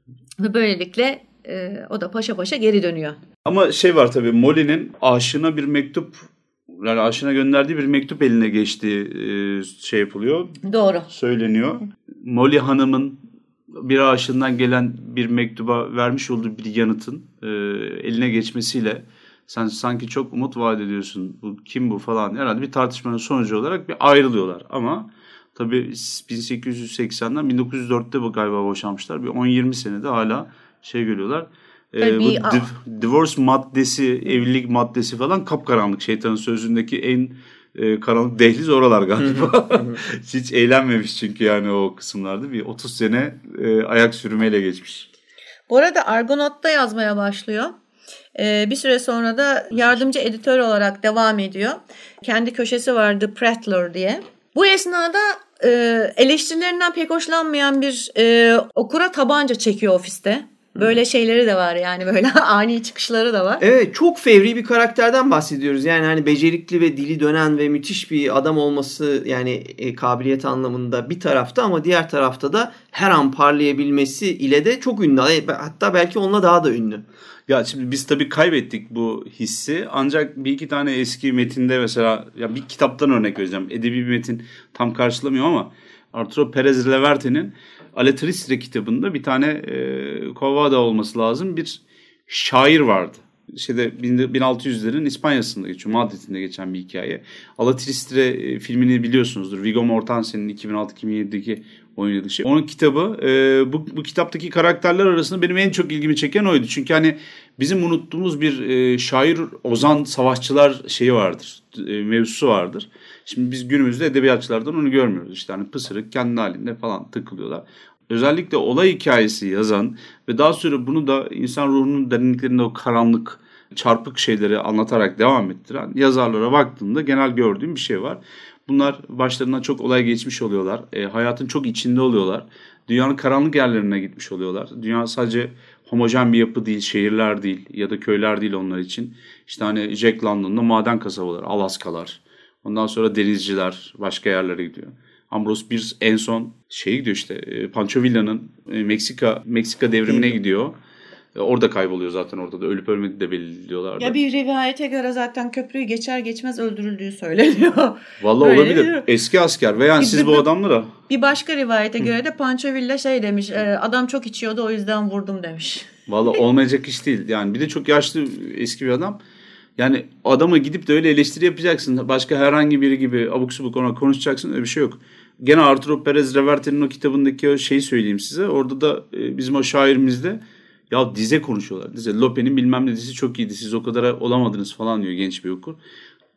Ve böylelikle e, o da paşa paşa geri dönüyor. Ama şey var tabii, Molly'nin aşığına bir mektup, yani aşığına gönderdiği bir mektup eline geçtiği e, şey yapılıyor. Doğru. Söyleniyor. Molly Hanım'ın bir aşığından gelen bir mektuba vermiş olduğu bir yanıtın e, eline geçmesiyle sen sanki çok umut vaat ediyorsun, bu kim bu falan, herhalde bir tartışmanın sonucu olarak bir ayrılıyorlar. Ama tabii bin sekiz yüz seksenden bin dokuz yüz dörtte bu galiba boşanmışlar. Bir on yirmi senede hala şey görüyorlar. Ee, bu div- divorce maddesi, evlilik maddesi falan kapkaranlık. Şeytanın sözündeki en e, karanlık dehliz oralar galiba. Hiç eğlenmemiş çünkü yani o kısımlarda. Bir otuz sene e, ayak sürmeyle geçmiş. Bu arada Argonaut'ta yazmaya başlıyor. Ee, bir süre sonra da yardımcı editör olarak devam ediyor. Kendi köşesi vardı, Prattler diye. Bu esnada e, eleştirilerinden pek hoşlanmayan bir e, okura tabanca çekiyor ofiste. Böyle şeyleri de var yani, böyle ani çıkışları da var. Evet, çok fevri bir karakterden bahsediyoruz. Yani hani becerikli ve dili dönen ve müthiş bir adam olması, yani e, kabiliyet anlamında bir tarafta, ama diğer tarafta da her an parlayabilmesi ile de çok ünlü. Hatta belki onunla daha da ünlü. Ya şimdi biz tabii kaybettik bu hissi. Ancak bir iki tane eski metinde mesela, ya bir kitaptan örnek vereceğim. Edebi bir metin tam karşılamıyor ama Arturo Pérez Reverte'nin Aletristre kitabında bir tane e, Kovada olması lazım bir şair vardı. Şeyde bin altı yüzlerin İspanya'sında geçiyor. Madrid'inde geçen bir hikaye. Aletristre e, filmini biliyorsunuzdur. Viggo Mortensen'in iki bin altı iki bin yedideki oynadığı şey. Onun kitabı, e, bu, bu kitaptaki karakterler arasında benim en çok ilgimi çeken oydu. Çünkü hani bizim unuttuğumuz bir e, şair, ozan, savaşçılar şeyi vardır. E, mevzusu vardır. Şimdi biz günümüzde edebiyatçılardan onu görmüyoruz. İşte hani pısırık kendi halinde falan takılıyorlar. Özellikle olay hikayesi yazan ve daha sonra bunu da insan ruhunun derinliklerinde o karanlık, çarpık şeyleri anlatarak devam ettiren yazarlara baktığımda genel gördüğüm bir şey var. Bunlar başlarından çok olay geçmiş oluyorlar. E, hayatın çok içinde oluyorlar. Dünyanın karanlık yerlerine gitmiş oluyorlar. Dünya sadece homojen bir yapı değil, şehirler değil ya da köyler değil onlar için. İşte hani Jack London'da maden kasabaları, Alaskalar. Ondan sonra denizciler başka yerlere gidiyor. Ambrose Bierce en son şeye gidiyor işte, Pancho Villa'nın Meksika Meksika devrimine gidiyor. Orada kayboluyor zaten, orada da ölüp ölmediği de belirliyorlardı. Ya bir rivayete göre zaten köprüyü geçer geçmez öldürüldüğü söyleniyor. Vallahi öyle olabilir. Diyor. Eski asker ve yani bir, siz bir, bu adamlara. Bir başka rivayete göre de Pancho Villa şey demiş, adam çok içiyordu o yüzden vurdum demiş. Vallahi olmayacak iş değil. Yani bir de çok yaşlı eski bir adam. Yani adama gidip de öyle eleştiri yapacaksın. Başka herhangi biri gibi abuk subuk ona konuşacaksın, öyle bir şey yok. Gene Arturo Pérez Reverte'nin o kitabındaki o şeyi söyleyeyim size. Orada da bizim o şairimizde ya dize konuşuyorlar. Dize, Lope'nin bilmem ne dizisi çok iyiydi, siz o kadar olamadınız falan diyor genç bir okur.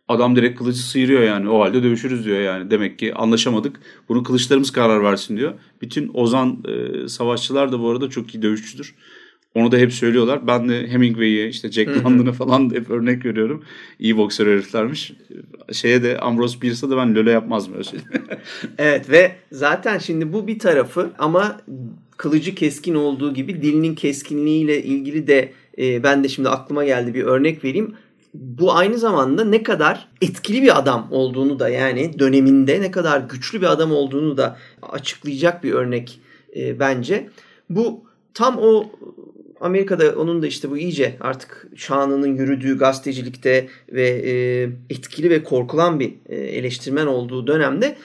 Adam direkt kılıcı sıyırıyor yani. O halde dövüşürüz diyor yani. Demek ki anlaşamadık. Bunu kılıçlarımız karar versin diyor. Bütün Ozan e, savaşçılar da bu arada çok iyi dövüşçüdür. Onu da hep söylüyorlar. Ben de Hemingway'i, işte Jack London'ı falan da hep örnek veriyorum. İyi boksör heriflermiş. Şeye de Ambrose Bierce'a da ben löle yapmaz mı? Evet ve zaten şimdi bu bir tarafı ama kılıcı keskin olduğu gibi dilinin keskinliğiyle ilgili de e, ben de şimdi aklıma geldi bir örnek vereyim. Bu aynı zamanda ne kadar etkili bir adam olduğunu da yani döneminde ne kadar güçlü bir adam olduğunu da açıklayacak bir örnek e, bence. Bu tam o Amerika'da onun da işte bu iyice artık şanının yürüdüğü gazetecilikte ve e, etkili ve korkulan bir e, eleştirmen olduğu dönemde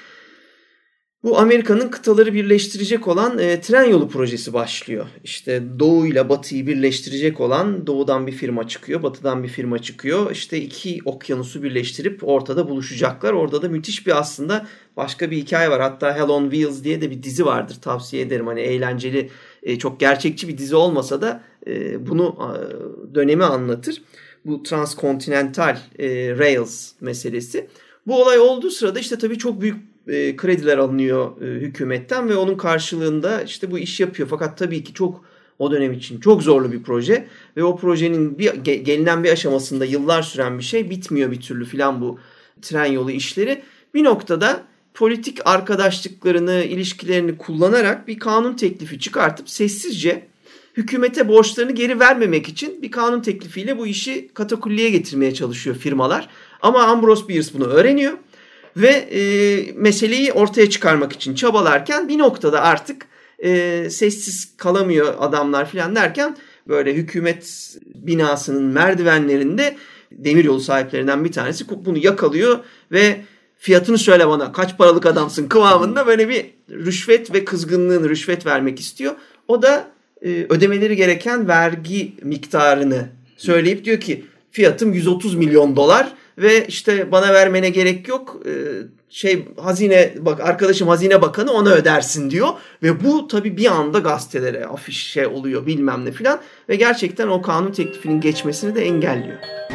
bu Amerika'nın kıtaları birleştirecek olan e, tren yolu projesi başlıyor. İşte Doğu ile Batı'yı birleştirecek olan Doğu'dan bir firma çıkıyor, Batı'dan bir firma çıkıyor. İşte iki okyanusu birleştirip ortada buluşacaklar. Orada da müthiş bir aslında başka bir hikaye var. Hatta Hell on Wheels diye de bir dizi vardır. Tavsiye ederim. Hani eğlenceli, e, çok gerçekçi bir dizi olmasa da e, bunu e, dönemi anlatır. Bu transkontinental e, rails meselesi. Bu olay olduğu sırada işte tabii çok büyük e, krediler alınıyor e, hükümetten ve onun karşılığında işte bu iş yapıyor. Fakat tabii ki çok o dönem için çok zorlu bir proje ve o projenin bir gelinen bir aşamasında yıllar süren bir şey, bitmiyor bir türlü filan bu tren yolu işleri. Bir noktada politik arkadaşlıklarını, ilişkilerini kullanarak bir kanun teklifi çıkartıp sessizce hükümete borçlarını geri vermemek için bir kanun teklifiyle bu işi katakulliye getirmeye çalışıyor firmalar. Ama Ambrose Bierce bunu öğreniyor ve e, meseleyi ortaya çıkarmak için çabalarken bir noktada artık e, sessiz kalamıyor adamlar filan derken böyle hükümet binasının merdivenlerinde demiryolu sahiplerinden bir tanesi bunu yakalıyor ve fiyatını söyle bana, kaç paralık adamsın kıvamında böyle bir rüşvet ve kızgınlığını rüşvet vermek istiyor. O da e, ödemeleri gereken vergi miktarını söyleyip diyor ki fiyatım yüz otuz milyon dolar ve işte bana vermene gerek yok. E, şey hazine bak arkadaşım hazine bakanı ona ödersin diyor ve bu tabii bir anda gazetelere afiş şey oluyor bilmem ne filan ve gerçekten o kanun teklifinin geçmesini de engelliyor.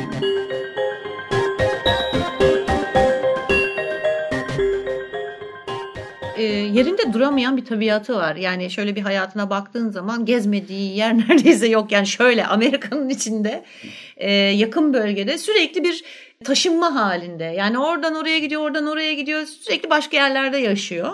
E, yerinde duramayan bir tabiatı var. Yani şöyle bir hayatına baktığın zaman gezmediği yer neredeyse yok. Yani şöyle Amerika'nın içinde e, yakın bölgede sürekli bir taşınma halinde. Yani oradan oraya gidiyor, oradan oraya gidiyor. Sürekli başka yerlerde yaşıyor.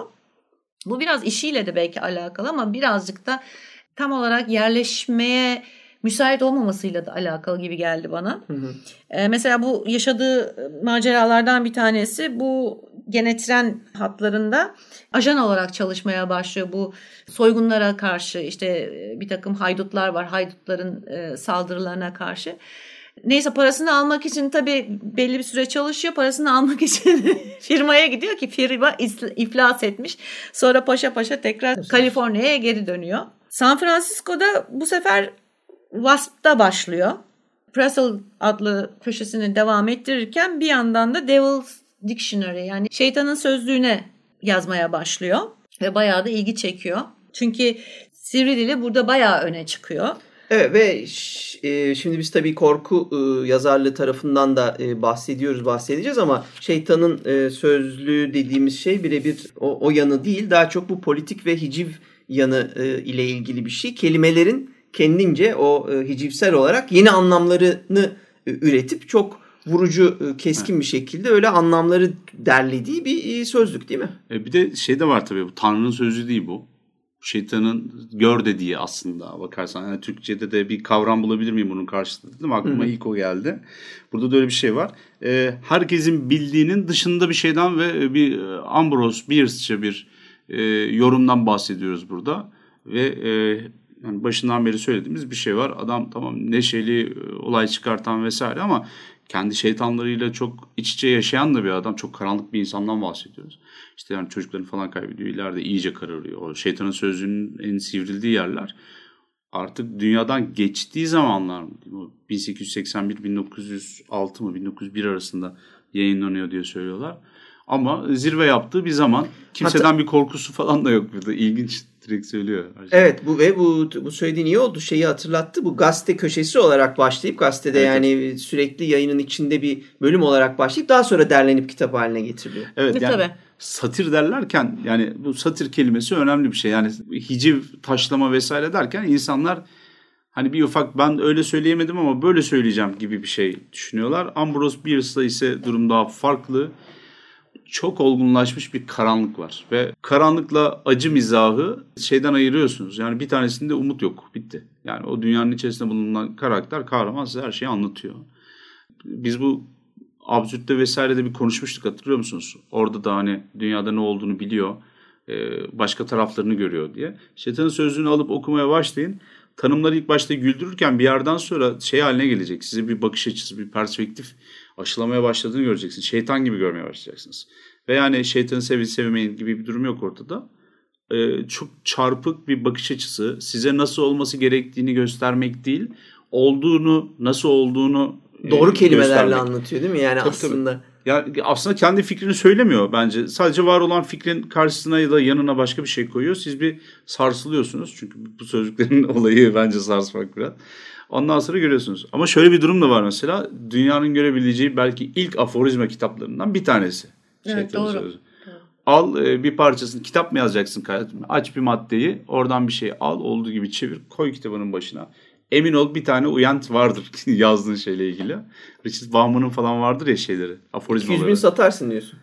Bu biraz işiyle de belki alakalı ama birazcık da tam olarak yerleşmeye müsait olmamasıyla da alakalı gibi geldi bana. Hı hı. Ee, mesela bu yaşadığı maceralardan bir tanesi bu gene tren hatlarında ajan olarak çalışmaya başlıyor. Bu soygunlara karşı işte bir takım haydutlar var. Haydutların e, saldırılarına karşı. Neyse parasını almak için tabii belli bir süre çalışıyor. Parasını almak için firmaya gidiyor ki firma iflas etmiş. Sonra paşa paşa tekrar Kaliforniya'ya geri dönüyor. San Francisco'da bu sefer W A S P'ta başlıyor. Purcell adlı köşesini devam ettirirken bir yandan da Devil's Dictionary yani şeytanın sözlüğüne yazmaya başlıyor. Ve bayağı da ilgi çekiyor. Çünkü sivri dili burada bayağı öne çıkıyor. Evet ve e, şimdi biz tabii korku e, yazarlığı tarafından da e, bahsediyoruz, bahsedeceğiz ama şeytanın e, sözlüğü dediğimiz şey birebir o, o yanı değil. Daha çok bu politik ve hiciv yanı e, ile ilgili bir şey. Kelimelerin kendince o e, hicivsel olarak yeni anlamlarını e, üretip çok vurucu, e, keskin bir şekilde öyle anlamları derlediği bir e, sözlük değil mi? E, bir de şey de var tabii bu Tanrı'nın sözü değil bu. Şeytanın gör dediği aslında bakarsan. Yani Türkçe'de de bir kavram bulabilir miyim bunun karşısında dedim. Aklıma Hı-hı. ilk o geldi. Burada da öyle bir şey var. E, herkesin bildiğinin dışında bir şeyden ve bir Ambrose Bierce'ça bir e, yorumdan bahsediyoruz burada. Ve e, yani başından beri söylediğimiz bir şey var. Adam tamam neşeli, olay çıkartan vesaire ama kendi şeytanlarıyla çok iç içe yaşayan da bir adam. Çok karanlık bir insandan bahsediyoruz. İşte yani çocuklarını falan kaybediyor. İleride iyice kararıyor. O şeytanın sözünün en sivrildiği yerler. Artık dünyadan geçtiği zamanlar mı? bin sekiz yüz seksen bir bin dokuz yüz altı mı bin dokuz yüz bir arasında yayınlanıyor diye söylüyorlar. Ama zirve yaptığı bir zaman kimseden Hatta, bir korkusu falan da yok burada. İlginç direkt söylüyor. Evet bu ve bu bu söylediğin iyi oldu. Şeyi hatırlattı. Bu gazete köşesi olarak başlayıp gazetede evet, yani evet. sürekli yayının içinde bir bölüm olarak başlayıp daha sonra derlenip kitap haline getiriliyor. Evet yani tabii. Satir derlerken yani bu satir kelimesi önemli bir şey. Yani hiciv, taşlama vesaire derken insanlar hani bir ufak ben öyle söyleyemedim ama böyle söyleyeceğim gibi bir şey düşünüyorlar. Ambrose Bierce'da ise durum daha farklı. Çok olgunlaşmış bir karanlık var ve karanlıkla acı mizahı şeyden ayırıyorsunuz. Yani bir tanesinde umut yok, bitti. Yani o dünyanın içerisinde bulunan karakter, kahraman size her şeyi anlatıyor. Biz bu absürtte vesairede bir konuşmuştuk, hatırlıyor musunuz? Orada da hani dünyada ne olduğunu biliyor, başka taraflarını görüyor diye. Şeytanın sözlüğünü alıp okumaya başlayın. Tanımları ilk başta güldürürken bir yerden sonra şey haline gelecek. Size bir bakış açısı, bir perspektif aşılamaya başladığını göreceksiniz. Şeytan gibi görmeye başlayacaksınız. Ve yani şeytanı sevin sevmeyin gibi bir durum yok ortada. Ee, çok çarpık bir bakış açısı. Size nasıl olması gerektiğini göstermek değil, olduğunu, nasıl olduğunu doğru e, kelimelerle göstermek. Anlatıyor değil mi? Yani tabii, aslında. Tabii. Ya aslında kendi fikrini söylemiyor bence. Sadece var olan fikrin karşısına ya da yanına başka bir şey koyuyor. Siz bir sarsılıyorsunuz. Çünkü bu sözcüklerin olayı bence sarsmak biraz. Ondan sonra görüyorsunuz. Ama şöyle bir durum da var mesela. Dünyanın görebileceği belki ilk aforizma kitaplarından bir tanesi. Evet, doğru. Sözü. Al bir parçasını, kitap mı yazacaksın? Aç bir maddeyi, oradan bir şey al, olduğu gibi çevir, koy kitabının başına. Emin ol bir tane uyant vardır yazdığın şeyle ilgili. Richard Bachman'ın falan vardır ya şeyleri, aforizmaları. iki yüz bin satarsın diyorsun.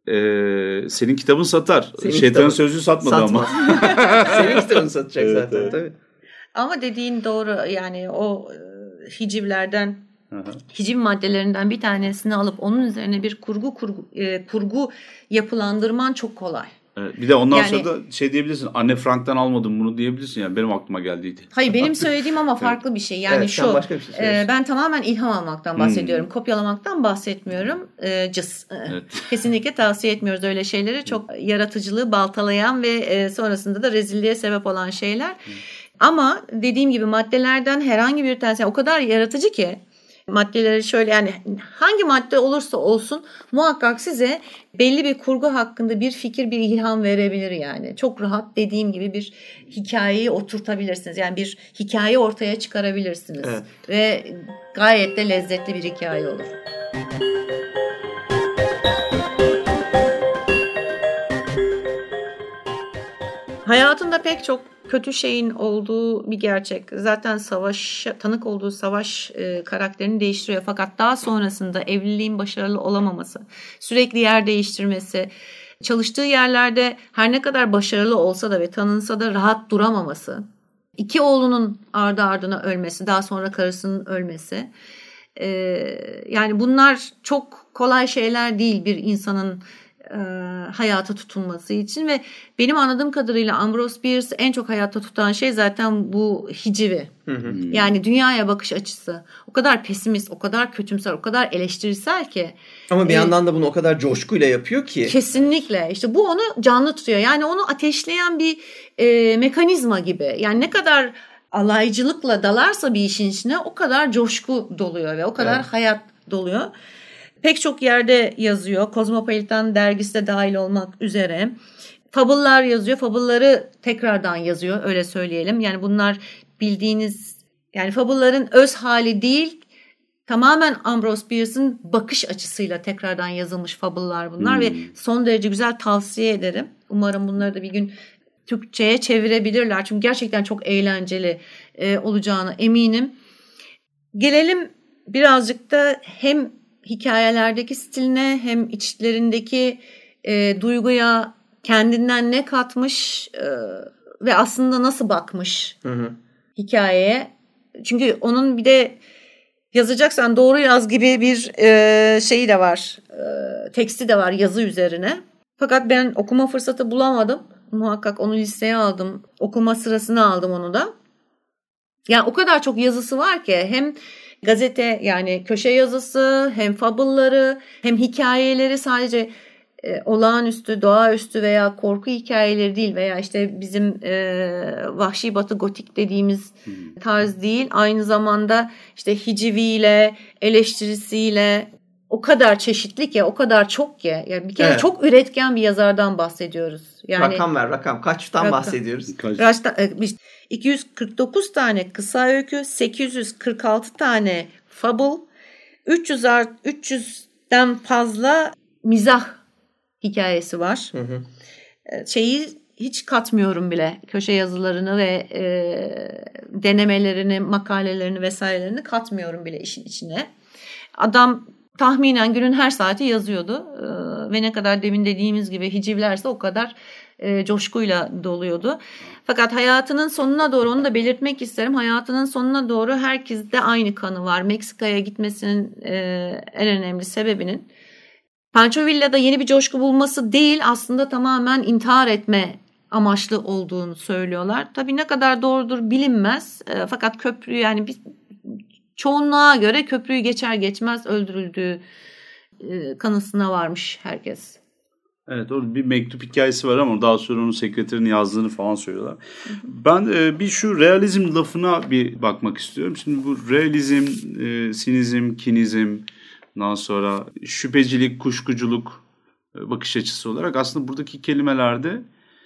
Ee, senin kitabın satar. Senin Şeytanın kitabın sözlüğü satmadı satmaz. ama. Senin kitabın satacak evet, zaten evet. Tabii. Ama dediğin doğru, yani o hicivlerden, hiciv maddelerinden bir tanesini alıp onun üzerine bir kurgu kurgu, e, kurgu yapılandırman çok kolay. Evet, bir de ondan yani, sonra da şey diyebilirsin. Anne Frank'tan almadım bunu diyebilirsin. Yani benim aklıma geldiydi. Hayır, benim söylediğim ama farklı evet. bir şey. Yani evet, şu başka bir şey e, ben tamamen ilham almaktan bahsediyorum. Hmm. Kopyalamaktan bahsetmiyorum. E, cız. Evet. Kesinlikle tavsiye etmiyoruz öyle şeyleri. Çok yaratıcılığı baltalayan ve e, sonrasında da rezilliğe sebep olan şeyler. Hmm. Ama dediğim gibi maddelerden herhangi bir tanesi o kadar yaratıcı ki, maddeleri şöyle, yani hangi madde olursa olsun muhakkak size belli bir kurgu hakkında bir fikir, bir ilham verebilir yani. Çok rahat dediğim gibi bir hikayeyi oturtabilirsiniz. Yani bir hikaye ortaya çıkarabilirsiniz. Evet. Ve gayet de lezzetli bir hikaye olur. Hayatında pek çok kötü şeyin olduğu bir gerçek. Zaten savaş, tanık olduğu savaş e, karakterini değiştiriyor. Fakat daha sonrasında evliliğin başarılı olamaması, sürekli yer değiştirmesi, çalıştığı yerlerde her ne kadar başarılı olsa da ve tanınsa da rahat duramaması, iki oğlunun ardı ardına ölmesi, daha sonra karısının ölmesi. E, yani bunlar çok kolay şeyler değil bir insanın hayata tutunması için ve benim anladığım kadarıyla Ambrose Bierce en çok hayatta tutan şey zaten bu hicivi. Hı hı. Yani dünyaya bakış açısı. O kadar pesimist, o kadar kötümser, o kadar eleştirisel ki. Ama bir e, yandan da bunu o kadar coşkuyla yapıyor ki. Kesinlikle. İşte bu onu canlı tutuyor. Yani onu ateşleyen bir e, mekanizma gibi. Yani ne kadar alaycılıkla dalarsa bir işin içine o kadar coşku doluyor ve o kadar evet. hayat doluyor. Pek çok yerde yazıyor. Kozmopolitan dergisi de dahil olmak üzere. Fabıllar yazıyor. Fabılları tekrardan yazıyor. Öyle söyleyelim. Yani bunlar bildiğiniz, yani fabılların öz hali değil, tamamen Ambrose Bierce'ın bakış açısıyla tekrardan yazılmış fabıllar bunlar. Hmm. Ve son derece güzel, tavsiye ederim. Umarım bunları da bir gün Türkçe'ye çevirebilirler. Çünkü gerçekten çok eğlenceli e, olacağına eminim. Gelelim birazcık da hem hikayelerdeki stiline hem içlerindeki e, duyguya, kendinden ne katmış e, ve aslında nasıl bakmış hı hı. hikayeye. Çünkü onun bir de yazacaksan doğru yaz gibi bir e, şeyi de var, e, teksti de var yazı üzerine. Fakat ben okuma fırsatı bulamadım. Muhakkak onu listeye aldım. Okuma sırasını aldım onu da. Yani o kadar çok yazısı var ki, hem gazete, yani köşe yazısı, hem fabılları, hem hikayeleri, sadece e, olağanüstü, doğaüstü veya korku hikayeleri değil veya işte bizim e, vahşi batı gotik dediğimiz tarz değil. Aynı zamanda işte hiciviyle, eleştirisiyle, o kadar çeşitli ki, o kadar çok ki. Yani bir kere evet. çok üretken bir yazardan bahsediyoruz. Yani, rakam ver rakam. Kaçtan rakam. bahsediyoruz? Kaç? iki yüz kırk dokuz tane kısa öykü, sekiz yüz kırk altı tane fable, üç yüz üç yüzden fazla mizah hikayesi var. Hı hı. Şeyi hiç katmıyorum bile. Köşe yazılarını ve e, denemelerini, makalelerini vesairelerini katmıyorum bile işin içine. Adam tahminen günün her saati yazıyordu. Ee, ve ne kadar demin dediğimiz gibi hicivlerse o kadar e, coşkuyla doluyordu. Fakat hayatının sonuna doğru, onu da belirtmek isterim. Hayatının sonuna doğru herkeste aynı kanı var. Meksika'ya gitmesinin e, en önemli sebebinin Pancho Villa'da yeni bir coşku bulması değil, aslında tamamen intihar etme amaçlı olduğunu söylüyorlar. Tabii ne kadar doğrudur bilinmez. E, fakat köprü, yani bir çoğunluğa göre köprüyü geçer geçmez öldürüldüğü e, kanısına varmış herkes. Evet, orada bir mektup hikayesi var ama daha sonra onun sekreterin yazdığını falan söylüyorlar. Hı hı. Ben e, bir şu realizm lafına bir bakmak istiyorum. Şimdi bu realizm, e, sinizm, kinizm, ondan sonra şüphecilik, kuşkuculuk e, bakış açısı olarak aslında buradaki kelimelerde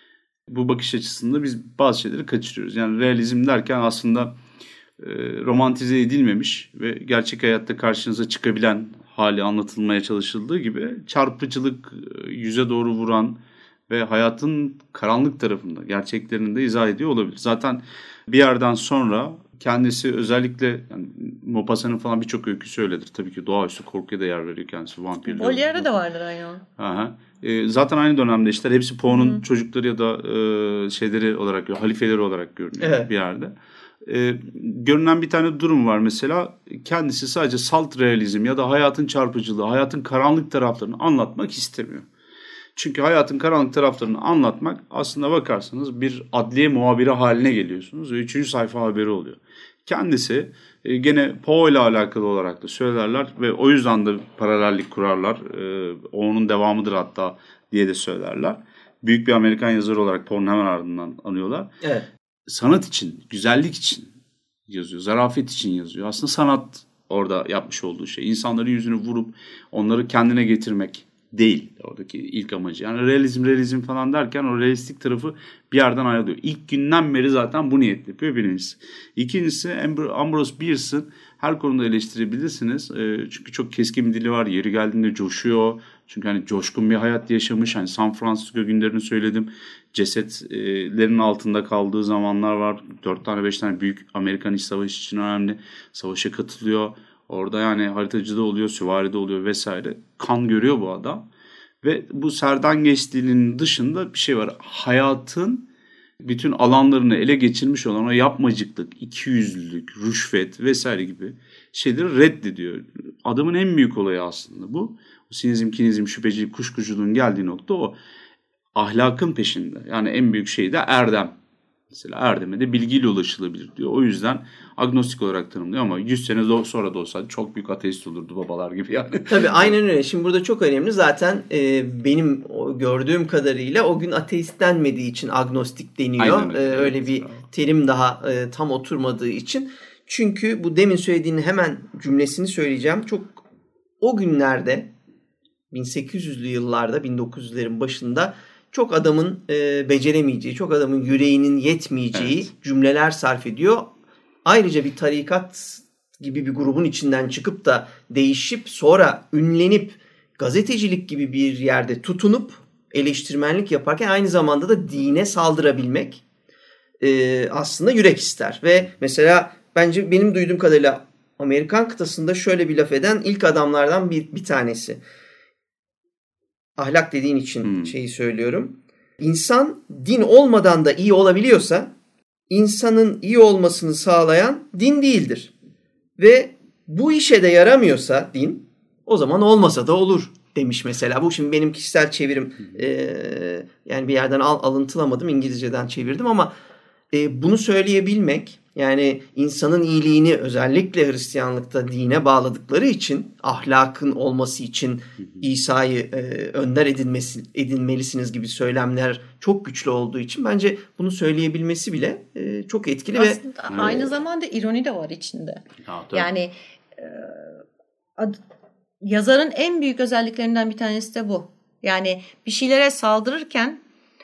bu bakış açısında biz bazı şeyleri kaçırıyoruz. Yani realizm derken aslında e, romantize edilmemiş ve gerçek hayatta karşınıza çıkabilen hali anlatılmaya çalışıldığı gibi çarpıcılık, yüze doğru vuran ve hayatın karanlık tarafında gerçeklerini de izah ediyor olabilir. Zaten bir yerden sonra kendisi özellikle yani Maupassant'ın falan birçok öyküsü öyledir. Tabii ki doğaüstü korkuya da yer veriyor kendisi. Vampirler. Molière'de de vardır aynı o. Aha. E, zaten aynı dönemde işte hepsi Poe'nun Hı-hı. çocukları ya da e, şeyleri olarak, halifeleri olarak görünüyor evet. bir yerde. E, görünen bir tane durum var mesela, kendisi sadece salt realizm ya da hayatın çarpıcılığı, hayatın karanlık taraflarını anlatmak istemiyor. Çünkü hayatın karanlık taraflarını anlatmak aslında bakarsanız bir adliye muhabiri haline geliyorsunuz ve üçüncü sayfa haberi oluyor. Kendisi e, gene Poe ile alakalı olarak da söylerler ve o yüzden de paralellik kurarlar. E, onun devamıdır hatta diye de söylerler. Büyük bir Amerikan yazarı olarak Poe'nun hemen ardından anıyorlar. Evet. Sanat için, güzellik için yazıyor, zarafet için yazıyor. Aslında sanat orada yapmış olduğu şey. İnsanların yüzünü vurup onları kendine getirmek değil oradaki ilk amacı. Yani realizm, realizm falan derken o realistik tarafı bir yerden ayrılıyor. İlk günden beri zaten bu niyetle yapıyor birincisi. İkincisi Ambrose Bierce'ın her konuda eleştirebilirsiniz. E, çünkü çok keskin bir dili var. Yeri geldiğinde coşuyor. Çünkü hani coşkun bir hayat yaşamış. Hani San Francisco günlerini söyledim. Cesetlerin altında kaldığı zamanlar var. Dört tane beş tane büyük Amerikan İç Savaşı için önemli. Savaşa katılıyor. Orada yani haritacıda oluyor, süvaride oluyor vesaire. Kan görüyor bu adam. Ve bu serden geçtiğinin dışında bir şey var. Hayatın bütün alanlarını ele geçirmiş olan o yapmacıklık, ikiyüzlülük, rüşvet vesaire gibi şeyleri reddediyor. Adamın en büyük olayı aslında bu. O sinizm, kinizm, şüphecilik, kuşkuculuğun geldiği nokta o. Ahlakın peşinde. Yani en büyük şey de erdem. Mesela erdeme de bilgiyle ulaşılabilir diyor. O yüzden agnostik olarak tanımlıyor ama yüz sene sonra da olsaydı çok büyük ateist olurdu babalar gibi yani. Tabii aynen öyle. Şimdi burada çok önemli. Zaten e, benim o, gördüğüm kadarıyla o gün ateist denmediği için agnostik deniyor. Öyle. E, öyle bir terim daha e, tam oturmadığı için. Çünkü bu demin söylediğin hemen cümlesini söyleyeceğim. Çok o günlerde bin sekiz yüzlü yıllarda, bin dokuz yüzlerin başında çok adamın e, beceremeyeceği, çok adamın yüreğinin yetmeyeceği evet. cümleler sarf ediyor. Ayrıca bir tarikat gibi bir grubun içinden çıkıp da değişip sonra ünlenip gazetecilik gibi bir yerde tutunup eleştirmenlik yaparken aynı zamanda da dine saldırabilmek e, aslında yürek ister. Ve mesela bence benim duyduğum kadarıyla Amerikan kıtasında şöyle bir laf eden ilk adamlardan bir, bir tanesi. Ahlak dediğin için hmm. şeyi söylüyorum. İnsan din olmadan da iyi olabiliyorsa insanın iyi olmasını sağlayan din değildir. Ve bu işe de yaramıyorsa din o zaman olmasa da olur demiş mesela. Bu şimdi benim kişisel çevirim. Ee, yani bir yerden al, alıntılamadım. İngilizceden çevirdim ama e, bunu söyleyebilmek, yani insanın iyiliğini özellikle Hristiyanlıkta dine bağladıkları için, ahlakın olması için İsa'yı e, önder edinmesi, edinmelisiniz gibi söylemler çok güçlü olduğu için bence bunu söyleyebilmesi bile e, çok etkili. Aslında ve aynı zamanda ironi de var içinde. Ya, yani e, ad, yazarın en büyük özelliklerinden bir tanesi de bu. Yani bir şeylere saldırırken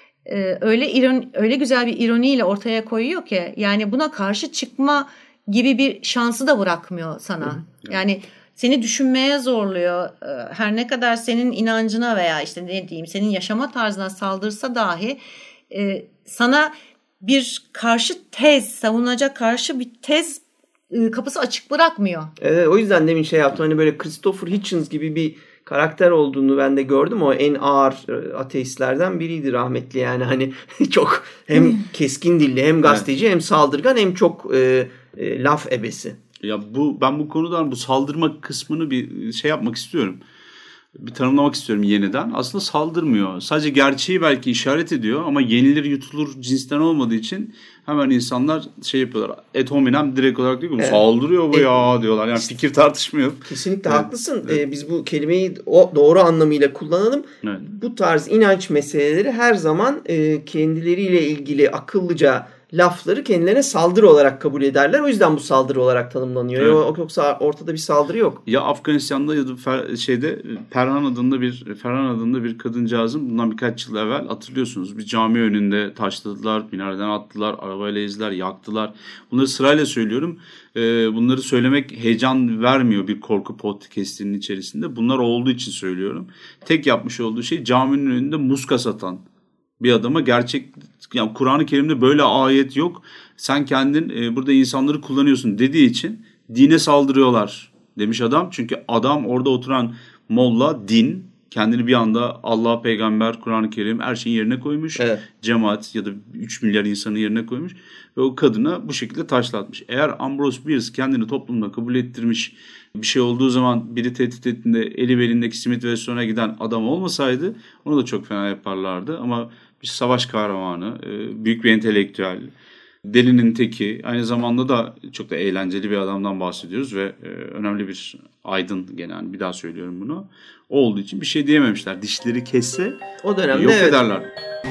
e, öyle ironi, öyle güzel bir ironiyle ortaya koyuyor ki yani buna karşı çıkma gibi bir şansı da bırakmıyor sana. Yani seni düşünmeye zorluyor. Her ne kadar senin inancına veya işte ne diyeyim senin yaşama tarzına saldırsa dahi e, sana bir karşı tez, savunacak karşı bir tez e, kapısı açık bırakmıyor. Evet, o yüzden demin şey yaptım. Hani böyle Christopher Hitchens gibi bir karakter olduğunu ben de gördüm. O en ağır ateistlerden biriydi rahmetli. Yani hani çok hem keskin dilli hem gazeteci evet. hem saldırgan hem çok e, e, laf ebesi. Ya bu ben bu konudan bu saldırma kısmını bir şey yapmak istiyorum. Bir tanımlamak istiyorum yeniden. Aslında saldırmıyor. Sadece gerçeği belki işaret ediyor ama yenilir yutulur cinsten olmadığı için hemen insanlar şey yapıyorlar. Et hominem direkt olarak diyor ki evet. saldırıyor bu evet. ya diyorlar. Yani fikir tartışmıyor. Kesinlikle evet. haklısın. Evet. Ee, biz bu kelimeyi o doğru anlamıyla kullanalım. Evet. Bu tarz inanç meseleleri her zaman e, kendileriyle ilgili akıllıca lafları kendilerine saldırı olarak kabul ederler. O yüzden bu saldırı olarak tanımlanıyor. Evet. Yoksa ortada bir saldırı yok. Ya Afganistan'da ya da fer, şeyde Perhan adında bir Ferhan adında bir kadıncağızın bundan birkaç yıl evvel hatırlıyorsunuz bir cami önünde taşladılar, minareden attılar, arabayla ezdiler, yaktılar. Bunları sırayla söylüyorum. Ee, bunları söylemek heyecan vermiyor bir korku podcast'inin içerisinde. Bunlar olduğu için söylüyorum. Tek yapmış olduğu şey caminin önünde muska satan bir adama gerçek yani Kur'an-ı Kerim'de böyle ayet yok. Sen kendin e, burada insanları kullanıyorsun dediği için dine saldırıyorlar demiş adam. Çünkü adam orada oturan molla din kendini bir anda Allah, peygamber, Kur'an-ı Kerim her şeyin yerine koymuş. Evet. Cemaat ya da üç milyar insanı yerine koymuş ve o kadına bu şekilde taşlatmış. Eğer Ambrose Bierce kendini toplumda kabul ettirmiş bir şey olduğu zaman biri tehdit ettiğinde eli belindeki Smith Wesson'a giden adam olmasaydı onu da çok fena yaparlardı ama bir savaş kahramanı, büyük bir entelektüel, delinin teki, aynı zamanda da çok da eğlenceli bir adamdan bahsediyoruz ve önemli bir aydın gene yani bir daha söylüyorum bunu. O olduğu için bir şey diyememişler. Dişleri kesse o dönemde yok evet. ederler.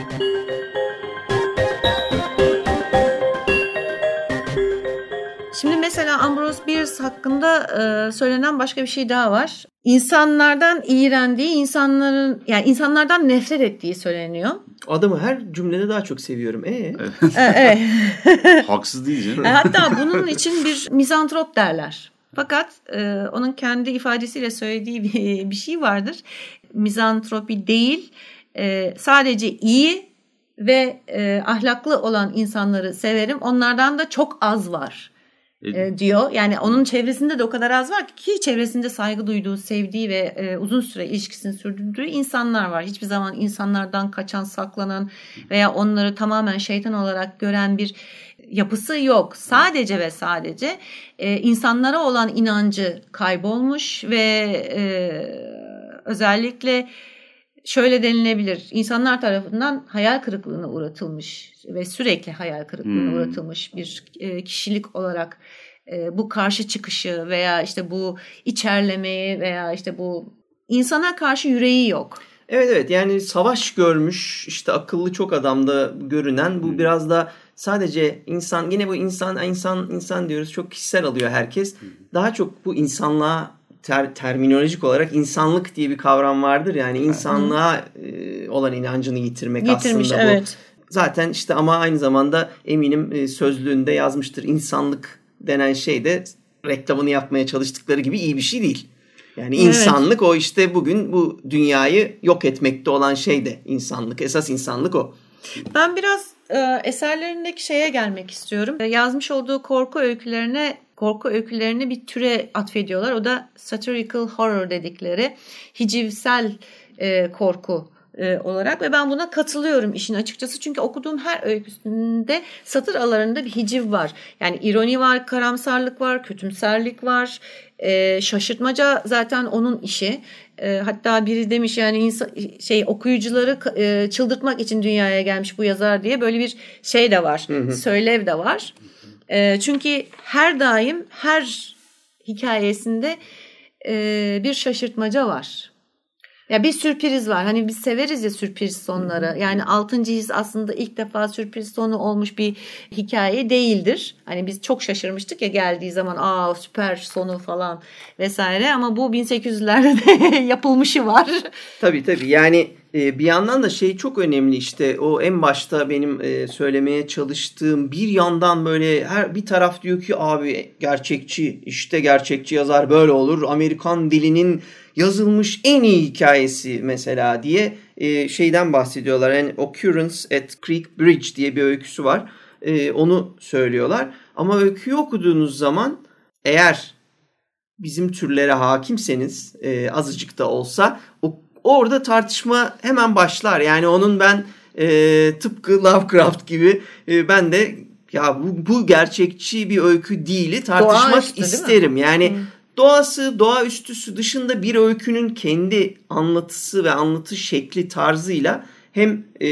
Şimdi mesela Ambrose Bierce hakkında e, söylenen başka bir şey daha var. İnsanlardan iğrendiği, insanların yani insanlardan nefret ettiği söyleniyor. Adamı her cümlede daha çok seviyorum. Ee? Evet. Haksız değil canım. Hatta bunun için bir mizantrop derler. Fakat e, onun kendi ifadesiyle söylediği bir, bir şey vardır. Mizantropi değil, e, sadece iyi ve e, ahlaklı olan insanları severim. Onlardan da çok az var. E, diyor. Yani onun çevresinde de o kadar az var ki çevresinde saygı duyduğu, sevdiği ve e, uzun süre ilişkisini sürdürdüğü insanlar var. Hiçbir zaman insanlardan kaçan, saklanan veya onları tamamen şeytan olarak gören bir yapısı yok. Sadece ve sadece e, insanlara olan inancı kaybolmuş ve e, özellikle şöyle denilebilir. İnsanlar tarafından hayal kırıklığına uğratılmış ve sürekli hayal kırıklığına hmm. uğratılmış bir e, kişilik olarak e, bu karşı çıkışı veya işte bu içerlemeyi veya işte bu insana karşı yüreği yok. Evet evet yani savaş görmüş işte akıllı çok adamda görünen bu hmm. biraz da sadece insan yine bu insan insan insan diyoruz çok kişisel alıyor herkes. Hmm. Daha çok bu insanlığa Ter, terminolojik olarak insanlık diye bir kavram vardır. Yani insanlığa e, olan inancını yitirmek Yitirmiş, aslında bu. Evet. Zaten işte ama aynı zamanda eminim e, sözlüğünde yazmıştır. İnsanlık denen şey de reklamını yapmaya çalıştıkları gibi iyi bir şey değil. Yani evet. insanlık o işte bugün bu dünyayı yok etmekte olan şey de insanlık. Esas insanlık o. Ben biraz e, eserlerindeki şeye gelmek istiyorum. E, yazmış olduğu korku öykülerine Korku öykülerini bir türe atfediyorlar. O da satirical horror dedikleri hicivsel e, korku e, olarak ve ben buna katılıyorum işin açıkçası. Çünkü okuduğum her öyküsünde satır aralarında bir hiciv var. Yani ironi var, karamsarlık var, kötümserlik var. E, şaşırtmaca zaten onun işi. E, hatta biri demiş yani insan, şey okuyucuları e, çıldırtmak için dünyaya gelmiş bu yazar diye böyle bir şey de var. Hı hı. Söylev de var. Çünkü her daim her hikayesinde bir şaşırtmaca var. Ya bir sürpriz var. Hani biz severiz ya sürpriz sonları. Yani altıncı his aslında ilk defa sürpriz sonu olmuş bir hikaye değildir. Hani biz çok şaşırmıştık ya geldiği zaman aa süper sonu falan vesaire ama bu bin sekiz yüzlerde de yapılmışı var. Tabii tabii yani e, bir yandan da şey çok önemli işte o en başta benim e, söylemeye çalıştığım bir yandan böyle her bir taraf diyor ki abi gerçekçi işte gerçekçi yazar böyle olur. Amerikan dilinin yazılmış en iyi hikayesi mesela diye e, şeyden bahsediyorlar. Yani Occurrence at Creek Bridge diye bir öyküsü var. E, onu söylüyorlar. Ama öyküyü okuduğunuz zaman eğer bizim türlere hakimseniz e, azıcık da olsa o, orada tartışma hemen başlar. Yani onun ben e, tıpkı Lovecraft gibi e, ben de ya bu, bu gerçekçi bir öykü değili tartışmak Doğaüstü, isterim. Yani hmm. doğası, doğaüstüsü dışında bir öykünün kendi anlatısı ve anlatış şekli tarzıyla hem e,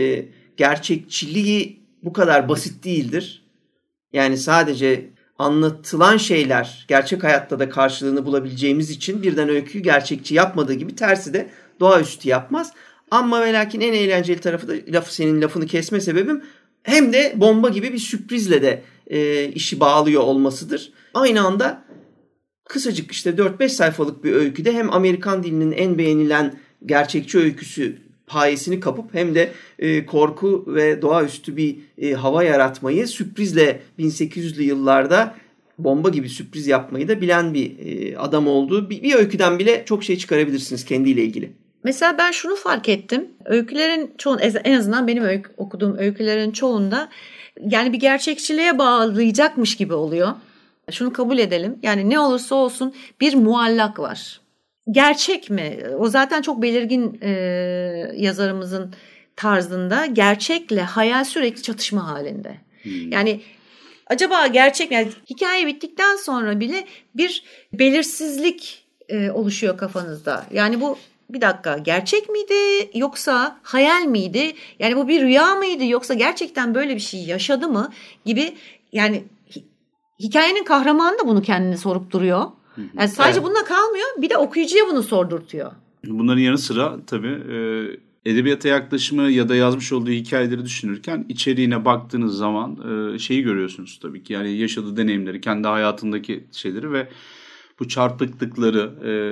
gerçekçiliği bu kadar basit değildir. Yani sadece anlatılan şeyler gerçek hayatta da karşılığını bulabileceğimiz için birden öyküyü gerçekçi yapmadığı gibi tersi de doğaüstü yapmaz. Ama ve lakin en eğlenceli tarafı da lafı senin lafını kesme sebebim hem de bomba gibi bir sürprizle de e, işi bağlıyor olmasıdır. Aynı anda kısacık işte dört beş sayfalık bir öyküde hem Amerikan dilinin en beğenilen gerçekçi öyküsü payesini kapıp hem de e, korku ve doğaüstü bir e, hava yaratmayı sürprizle bin sekiz yüzlü yıllarda bomba gibi sürpriz yapmayı da bilen bir e, adam olduğu bir, bir öyküden bile çok şey çıkarabilirsiniz kendiyle ilgili. Mesela ben şunu fark ettim. Öykülerin çoğun en azından benim öykü, okuduğum öykülerin çoğunda yani bir gerçekçiliğe bağlayacakmış gibi oluyor. Şunu kabul edelim. Yani ne olursa olsun bir muallak var. Gerçek mi? O zaten çok belirgin e, yazarımızın tarzında. Gerçekle hayal sürekli çatışma halinde. Hmm. Yani acaba gerçek mi? Yani hikaye bittikten sonra bile bir belirsizlik e, oluşuyor kafanızda. Yani bu bir dakika gerçek miydi yoksa hayal miydi? Yani bu bir rüya mıydı yoksa gerçekten böyle bir şey yaşadı mı gibi yani hikayenin kahramanı da bunu kendine sorup duruyor. Yani sadece evet. Bununla kalmıyor, bir de okuyucuya bunu sordurtuyor. Bunların yanı sıra tabii e, edebiyata yaklaşımı ya da yazmış olduğu hikayeleri düşünürken içeriğine baktığınız zaman e, şeyi görüyorsunuz tabii ki. Yani yaşadığı deneyimleri, kendi hayatındaki şeyleri ve bu çarpıklıkları,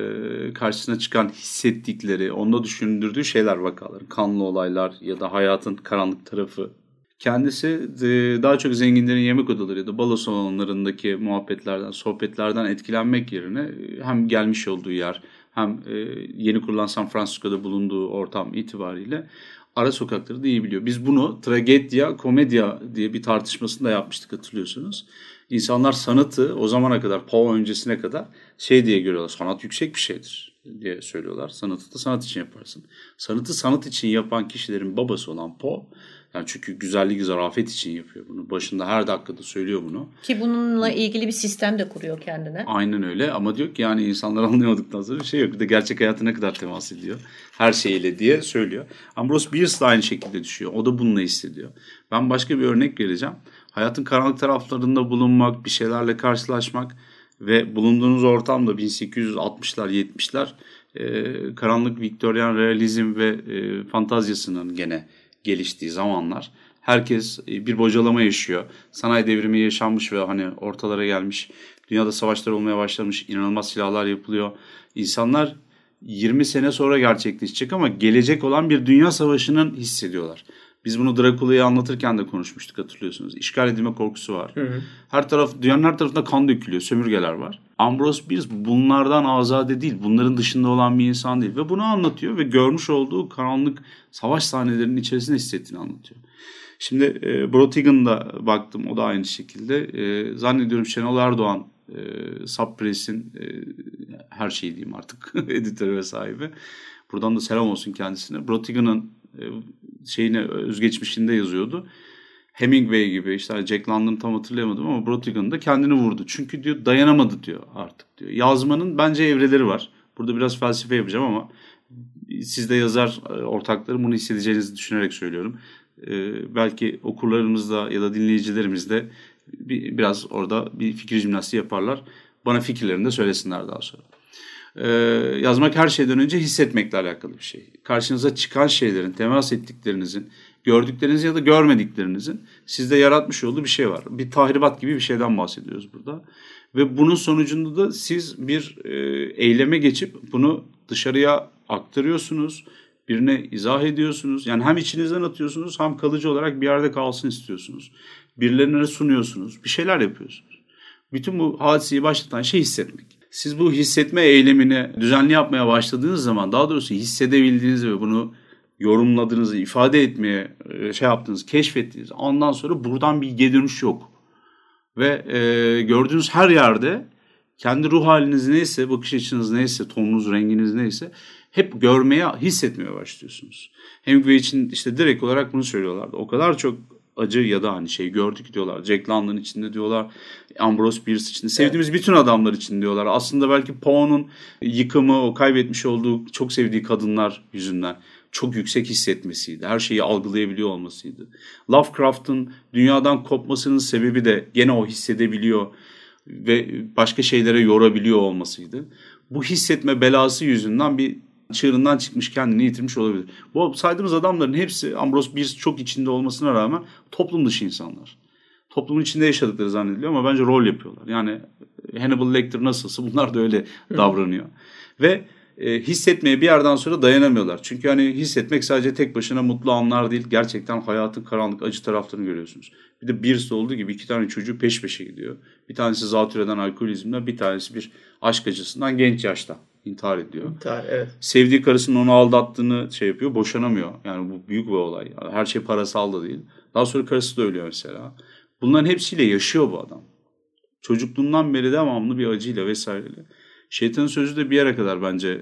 e, karşısına çıkan hissettikleri, onda düşündürdüğü şeyler vakaları, kanlı olaylar ya da hayatın karanlık tarafı. Kendisi daha çok zenginlerin yemek odaları ya da balo salonlarındaki muhabbetlerden, sohbetlerden etkilenmek yerine hem gelmiş olduğu yer hem yeni kurulan San Francisco'da bulunduğu ortam itibariyle ara sokakları da iyi biliyor. Biz bunu tragedya, komedya diye bir tartışmasını da yapmıştık hatırlıyorsunuz. İnsanlar sanatı o zamana kadar, Poe öncesine kadar şey diye görüyorlar. Sanat yüksek bir şeydir diye söylüyorlar. Sanatı da sanat için yaparsın. Sanatı sanat için yapan kişilerin babası olan Poe, yani çünkü güzellik, zarafet için yapıyor bunu. Başında her dakikada söylüyor bunu. Ki bununla ilgili bir sistem de kuruyor kendine. Aynen öyle ama diyor ki yani insanlar anlayamadıktan sonra bir şey yok. Bir de gerçek hayatına ne kadar temas ediyor. Her şeyle diye söylüyor. Ambrose Bierce de aynı şekilde düşüyor. O da bununla hissediyor. Ben başka bir örnek vereceğim. Hayatın karanlık taraflarında bulunmak, bir şeylerle karşılaşmak ve bulunduğunuz ortamda bin sekiz yüz altmışlar, yetmişler e, karanlık Viktoryan realizm ve e, fantazyasının gene geliştiği zamanlar. Herkes bir bocalama yaşıyor. Sanayi devrimi yaşanmış ve hani ortalara gelmiş. Dünyada savaşlar olmaya başlamış. İnanılmaz silahlar yapılıyor. İnsanlar yirmi sene sonra gerçekleşecek ama gelecek olan bir dünya savaşının hissediyorlar. Biz bunu Dracula'yı anlatırken de konuşmuştuk hatırlıyorsunuz. İşgal edilme korkusu var. Hı hı. Her taraf, dünyanın her tarafında kan dökülüyor. Sömürgeler var. Ambrose Bierce bunlardan azade değil. Bunların dışında olan bir insan değil. Ve bunu anlatıyor ve görmüş olduğu karanlık savaş sahnelerinin içerisinde hissettiğini anlatıyor. Şimdi e, Brotigan'da baktım. O da aynı şekilde. E, zannediyorum Şenol Erdoğan e, Subpress'in e, her şeyi diyeyim artık editörü ve sahibi. Buradan da selam olsun kendisine. Brotigan'ın e, şeyine özgeçmişinde yazıyordu. Hemingway gibi işte Jack London'ı tam hatırlayamadım ama Brotigan da kendini vurdu. Çünkü diyor dayanamadı diyor artık diyor. Yazmanın bence evreleri var. Burada biraz felsefe yapacağım ama siz de yazar ortaklarım bunu hissedeceğinizi düşünerek söylüyorum. Ee, belki okurlarımız da ya da dinleyicilerimiz de bir, biraz orada bir fikir jimnastiği yaparlar. Bana fikirlerini de söylesinler daha sonra. Ee, yazmak her şeyden önce hissetmekle alakalı bir şey. Karşınıza çıkan şeylerin, temas ettiklerinizin, gördüklerinizin ya da görmediklerinizin sizde yaratmış olduğu bir şey var. Bir tahribat gibi bir şeyden bahsediyoruz burada. Ve bunun sonucunda da siz bir e, eyleme geçip bunu dışarıya aktarıyorsunuz. Birine izah ediyorsunuz. Yani hem içinizden atıyorsunuz hem kalıcı olarak bir yerde kalsın istiyorsunuz. Birilerine sunuyorsunuz. Bir şeyler yapıyorsunuz. Bütün bu hadiseyi başlatan şey hissetmek. Siz bu hissetme eylemini düzenli yapmaya başladığınız zaman, daha doğrusu hissedebildiğiniz ve bunu yorumladığınızı, ifade etmeye şey yaptığınız, keşfettiğiniz ondan sonra buradan bir geri dönüş yok. Ve e, gördüğünüz her yerde kendi ruh haliniz neyse, bakış açınız neyse, tonunuz, renginiz neyse hep görmeye, hissetmeye başlıyorsunuz. Hemingway için işte direkt olarak bunu söylüyorlardı. O kadar çok acı ya da hani şey gördük diyorlar. Jack London içinde diyorlar. Ambrose Bierce içinde. Sevdiğimiz evet. bütün adamlar için diyorlar. Aslında belki Poe'nun yıkımı, o kaybetmiş olduğu çok sevdiği kadınlar yüzünden çok yüksek hissetmesiydi. Her şeyi algılayabiliyor olmasıydı. Lovecraft'ın dünyadan kopmasının sebebi de gene o hissedebiliyor ve başka şeylere yorabiliyor olmasıydı. Bu hissetme belası yüzünden bir çığırından çıkmış, kendini yitirmiş olabilir. Bu saydığımız adamların hepsi Ambrose Bierce çok içinde olmasına rağmen toplum dışı insanlar. Toplumun içinde yaşadıkları zannediliyor ama bence rol yapıyorlar. Yani Hannibal Lecter nasılsa bunlar da öyle davranıyor. Ve e, hissetmeye bir yerden sonra dayanamıyorlar. Çünkü hani hissetmek sadece tek başına mutlu anlar değil. Gerçekten hayatın karanlık, acı taraflarını görüyorsunuz. Bir de Bierce olduğu gibi iki tane çocuğu peş peşe gidiyor. Bir tanesi zatürreden alkolizmden, bir tanesi bir aşk acısından genç yaşta intihar ediyor. İntihar, evet. Sevdiği karısının onu aldattığını şey yapıyor, boşanamıyor. Yani bu büyük bir olay. Her şey parasal da değil. Daha sonra karısı da ölüyor mesela. Bunların hepsiyle yaşıyor bu adam. Çocukluğundan beri devamlı bir acıyla vesaireyle. Şeytanın sözü de bir yere kadar bence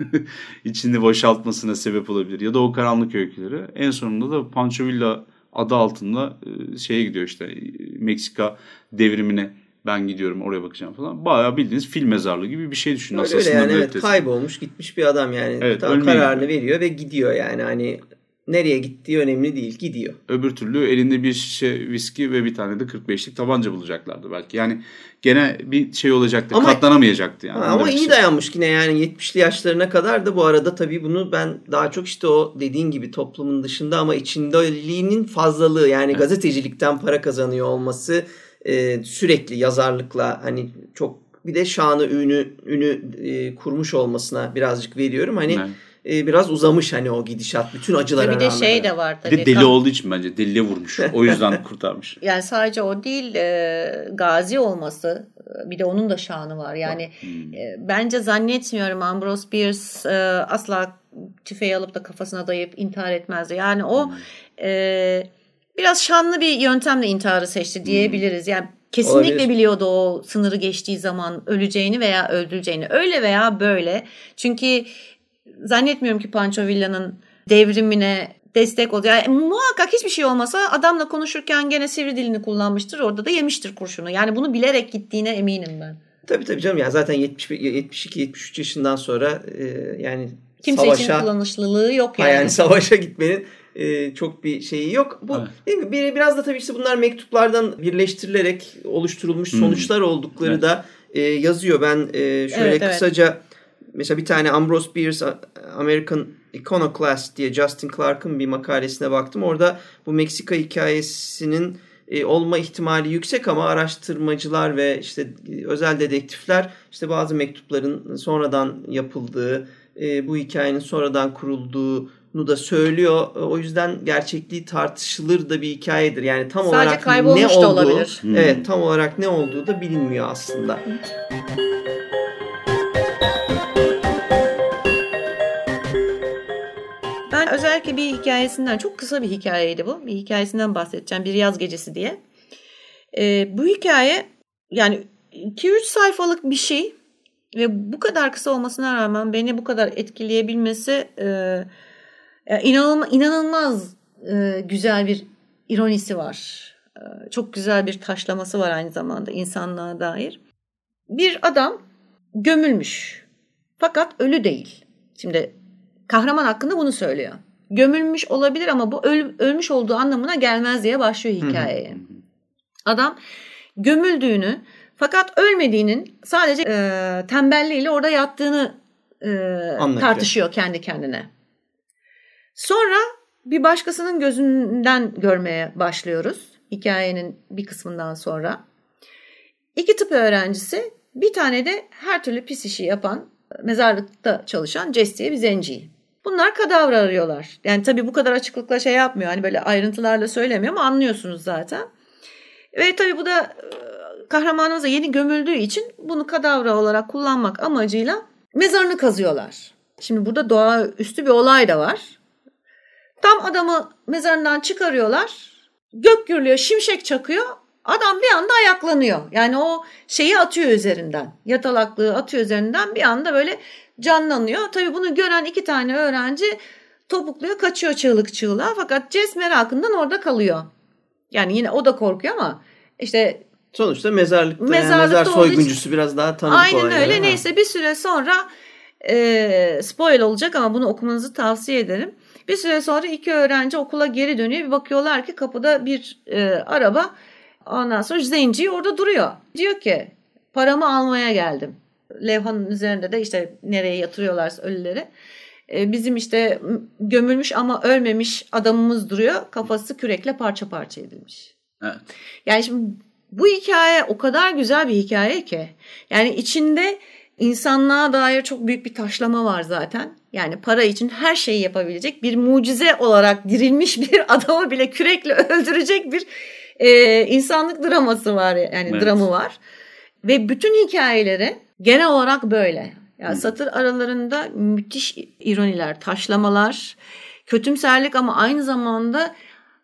içini boşaltmasına sebep olabilir. Ya da o karanlık öyküleri. En sonunda da Pancho Villa adı altında şeye gidiyor işte Meksika devrimine. Ben gidiyorum oraya bakacağım falan. Bayağı bildiğiniz film mezarlığı gibi bir şey düşünün. Öyle, öyle yani evet, kaybolmuş gitmiş bir adam yani. Evet, kararını gidiyor. veriyor ve gidiyor yani hani nereye gittiği önemli değil, gidiyor. Öbür türlü elinde bir şişe viski ve bir tane de kırk beşlik tabanca bulacaklardı belki. Yani gene bir şey olacaktı, ama, katlanamayacaktı yani. Ama iyi dayanmış yine yani yetmişli yaşlarına kadar da. Bu arada tabii bunu ben daha çok işte o dediğin gibi toplumun dışında ama içindeliğinin fazlalığı yani evet. gazetecilikten para kazanıyor olması, e, sürekli yazarlıkla hani çok bir de şanı ünü ünü e, kurmuş olmasına birazcık veriyorum. Hani evet. e, biraz uzamış hani o gidişat bütün acılara rağmen. Bir de şey de var tabii. Bir de deli tam... olduğu için bence deliye vurmuş. O yüzden kurtarmış. Yani sadece o değil, e, gazi olması, bir de onun da şanı var. Yani hmm. e, bence zannetmiyorum Ambrose Bierce e, asla tüfeği alıp da kafasına dayayıp intihar etmezdi. Yani o hmm. e, biraz şanlı bir yöntemle intiharı seçti diyebiliriz. Yani kesinlikle olabilir. Biliyordu o sınırı geçtiği zaman öleceğini veya öldüreceğini. Öyle veya böyle. Çünkü zannetmiyorum ki Pancho Villa'nın devrimine destek oldu. Yani muhakkak hiçbir şey olmasa adamla konuşurken gene sivri dilini kullanmıştır. Orada da yemiştir kurşunu. Yani bunu bilerek gittiğine eminim ben. Tabii tabii canım. Yani zaten yetmiş yetmiş iki yetmiş üç yaşından sonra e, yani kimse savaşa, için kullanışlılığı yok yani. Yani savaşa gitmenin e, çok bir şeyi yok. Bu evet. değil mi? Bir, biraz da tabii işte bunlar mektuplardan birleştirilerek oluşturulmuş hmm. sonuçlar oldukları evet. da e, yazıyor. Ben e, şöyle evet, kısaca evet. mesela bir tane Ambrose Bierce American Iconoclast diye Justin Clark'ın bir makalesine baktım. Orada bu Meksika hikayesinin e, olma ihtimali yüksek ama araştırmacılar ve işte özel dedektifler işte bazı mektupların sonradan yapıldığı, e, bu hikayenin sonradan kurulduğunu da söylüyor. O yüzden gerçekliği tartışılır da bir hikayedir. Yani tam sadece olarak kaybolmuş ne da olduğu, olabilir. Evet, tam olarak ne olduğu da bilinmiyor aslında. Ben özellikle bir hikayesinden, çok kısa bir hikayeydi bu. Bir hikayesinden bahsedeceğim. Bir yaz gecesi diye. Ee, bu hikaye yani iki üç sayfalık bir şey ve bu kadar kısa olmasına rağmen beni bu kadar etkileyebilmesi e, inanılmaz, inanılmaz e, güzel bir ironisi var. E, çok güzel bir taşlaması var aynı zamanda insanlığa dair. Bir adam gömülmüş fakat ölü değil. Şimdi kahraman hakkında bunu söylüyor. Gömülmüş olabilir ama bu öl, ölmüş olduğu anlamına gelmez diye başlıyor hikayeye. Adam gömüldüğünü fakat ölmediğinin sadece e, tembelliğiyle orada yattığını e, tartışıyor kendi kendine. Sonra bir başkasının gözünden görmeye başlıyoruz hikayenin bir kısmından sonra. İki tıp öğrencisi, bir tane de her türlü pis işi yapan, mezarlıkta çalışan Jess diye bir zenci. Bunlar kadavra arıyorlar. Yani tabii bu kadar açıklıkla şey yapmıyor. Hani böyle ayrıntılarla söylemiyor ama anlıyorsunuz zaten. Ve tabii bu da kahramanımız da yeni gömüldüğü için bunu kadavra olarak kullanmak amacıyla mezarını kazıyorlar. Şimdi burada doğaüstü bir olay da var. Tam adamı mezarından çıkarıyorlar. Gök gürlüyor, şimşek çakıyor. Adam bir anda ayaklanıyor. Yani o şeyi atıyor üzerinden. Yatalaklığı atıyor üzerinden, bir anda böyle canlanıyor. Tabii bunu gören iki tane öğrenci topukluyor, kaçıyor çığlık çığlığa. Fakat Jess merakından orada kalıyor. Yani yine o da korkuyor ama işte sonuçta mezarlıkta, mezarlıkta yani mezar soyguncusu için, biraz daha tanıdık aynen olay. öyle. Neyse bir süre sonra e, spoil olacak ama bunu okumanızı tavsiye ederim. Bir süre sonra iki öğrenci okula geri dönüyor. Bir bakıyorlar ki kapıda bir e, araba. Ondan sonra zenci orada duruyor. Diyor ki paramı almaya geldim. Levhanın üzerinde de işte nereye yatırıyorlarsa ölüleri. E, bizim işte gömülmüş ama ölmemiş adamımız duruyor. Kafası kürekle parça parça edilmiş. Evet. Yani şimdi bu hikaye o kadar güzel bir hikaye ki. Yani içinde insanlığa dair çok büyük bir taşlama var zaten. Yani para için her şeyi yapabilecek, bir mucize olarak dirilmiş bir adamı bile kürekle öldürecek bir e, insanlık draması var. Yani evet. Dramı var. Ve bütün hikayeleri genel olarak böyle. Yani hmm. satır aralarında müthiş ironiler, taşlamalar, kötümserlik ama aynı zamanda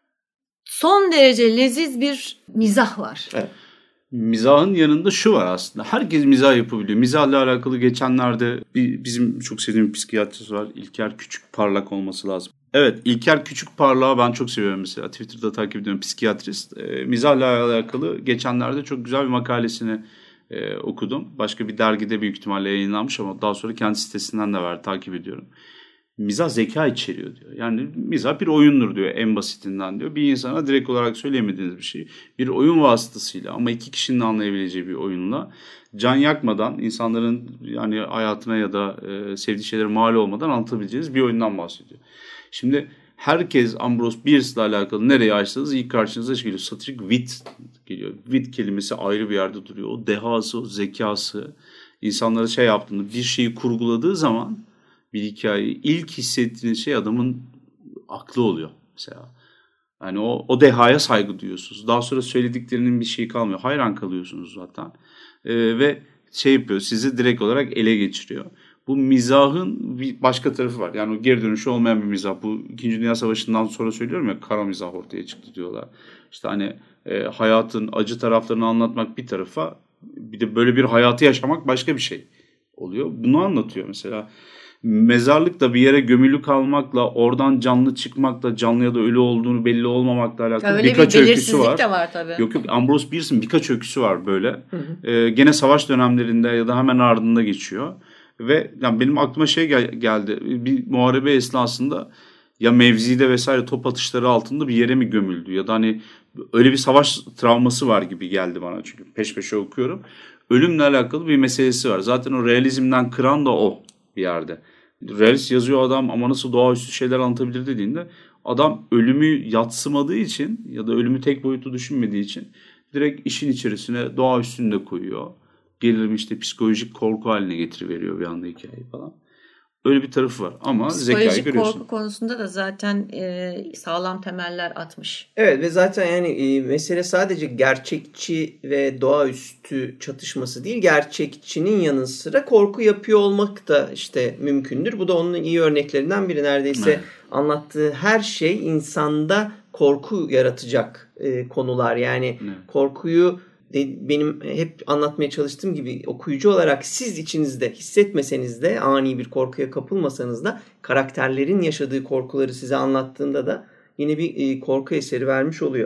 son derece leziz bir mizah var. Evet. Mizahın yanında şu var aslında. Herkes mizah yapabiliyor. Mizahla alakalı geçenlerde bir, bizim çok sevdiğim bir psikiyatrist var. İlker Küçük Parlak olması lazım. Evet, İlker Küçük Parlak'ı ben çok seviyorum mesela. Twitter'da takip ediyorum, psikiyatrist. E, mizahla alakalı geçenlerde çok güzel bir makalesini e, okudum. Başka bir dergide büyük ihtimalle yayınlanmış ama daha sonra kendi sitesinden de var, takip ediyorum. Mizah zeka içeriyor diyor. Yani mizah bir oyundur diyor en basitinden diyor. Bir insana direkt olarak söyleyemediğiniz bir şey. Bir oyun vasıtasıyla ama iki kişinin anlayabileceği bir oyunla can yakmadan, insanların yani hayatına ya da e, sevdiği şeylere mal olmadan anlatabileceğiniz bir oyundan bahsediyor. Şimdi herkes Ambrose Bierce'la alakalı nereye açsanız ilk karşınıza geliyor. Satiric wit geliyor. Wit kelimesi ayrı bir yerde duruyor. O dehası, o zekası insanlara şey yaptığında, bir şeyi kurguladığı zaman bir hikayeyi ilk hissettiğiniz şey adamın aklı oluyor mesela. Yani o, o dehaya saygı duyuyorsunuz. Daha sonra söylediklerinin bir şeyi kalmıyor. Hayran kalıyorsunuz zaten. Ee, ve şey yapıyor, sizi direkt olarak ele geçiriyor. Bu mizahın bir başka tarafı var. Yani o geri dönüşü olmayan bir mizah. Bu İkinci Dünya Savaşı'ndan sonra söylüyorum ya, kara mizah ortaya çıktı diyorlar. İşte hani e, hayatın acı taraflarını anlatmak bir tarafa, bir de böyle bir hayatı yaşamak başka bir şey oluyor. Bunu anlatıyor mesela. Mezarlıkta bir yere gömülü kalmakla, oradan canlı çıkmakla, canlı ya da ölü olduğunu belli olmamakla alakalı öyle birkaç bir öyküsü var. De var tabii. Yok yok, Ambrose Bierce'in birkaç öyküsü var böyle. Hı hı. Ee, gene savaş dönemlerinde ya da hemen ardında geçiyor. Ve yani benim aklıma şey gel- geldi. Bir muharebe esnasında ya mevzide vesaire top atışları altında bir yere mi gömüldü? Ya da hani öyle bir savaş travması var gibi geldi bana, çünkü peş peşe okuyorum. Ölümle alakalı bir meselesi var. Zaten o realizmden kıran da o bir yerde. Realist yazıyor adam ama nasıl doğaüstü şeyler anlatabilir dediğinde, adam ölümü yadsımadığı için ya da ölümü tek boyutlu düşünmediği için direkt işin içerisine doğaüstünü de koyuyor. Gerilim işte psikolojik korku haline getiriveriyor bir anda hikayeyi falan. Öyle bir tarafı var ama zekayı görüyorsun. Psikolojik korku konusunda da zaten e, sağlam temeller atmış. Evet ve zaten yani e, mesele sadece gerçekçi ve doğaüstü çatışması değil. Gerçekçinin yanı sıra korku yapıyor olmak da işte mümkündür. Bu da onun iyi örneklerinden biri. Neredeyse evet. Anlattığı her şey insanda korku yaratacak e, konular. Yani evet. Korkuyu benim hep anlatmaya çalıştığım gibi okuyucu olarak siz içinizde hissetmeseniz de, ani bir korkuya kapılmasanız da karakterlerin yaşadığı korkuları size anlattığında da yine bir korku eseri vermiş oluyor.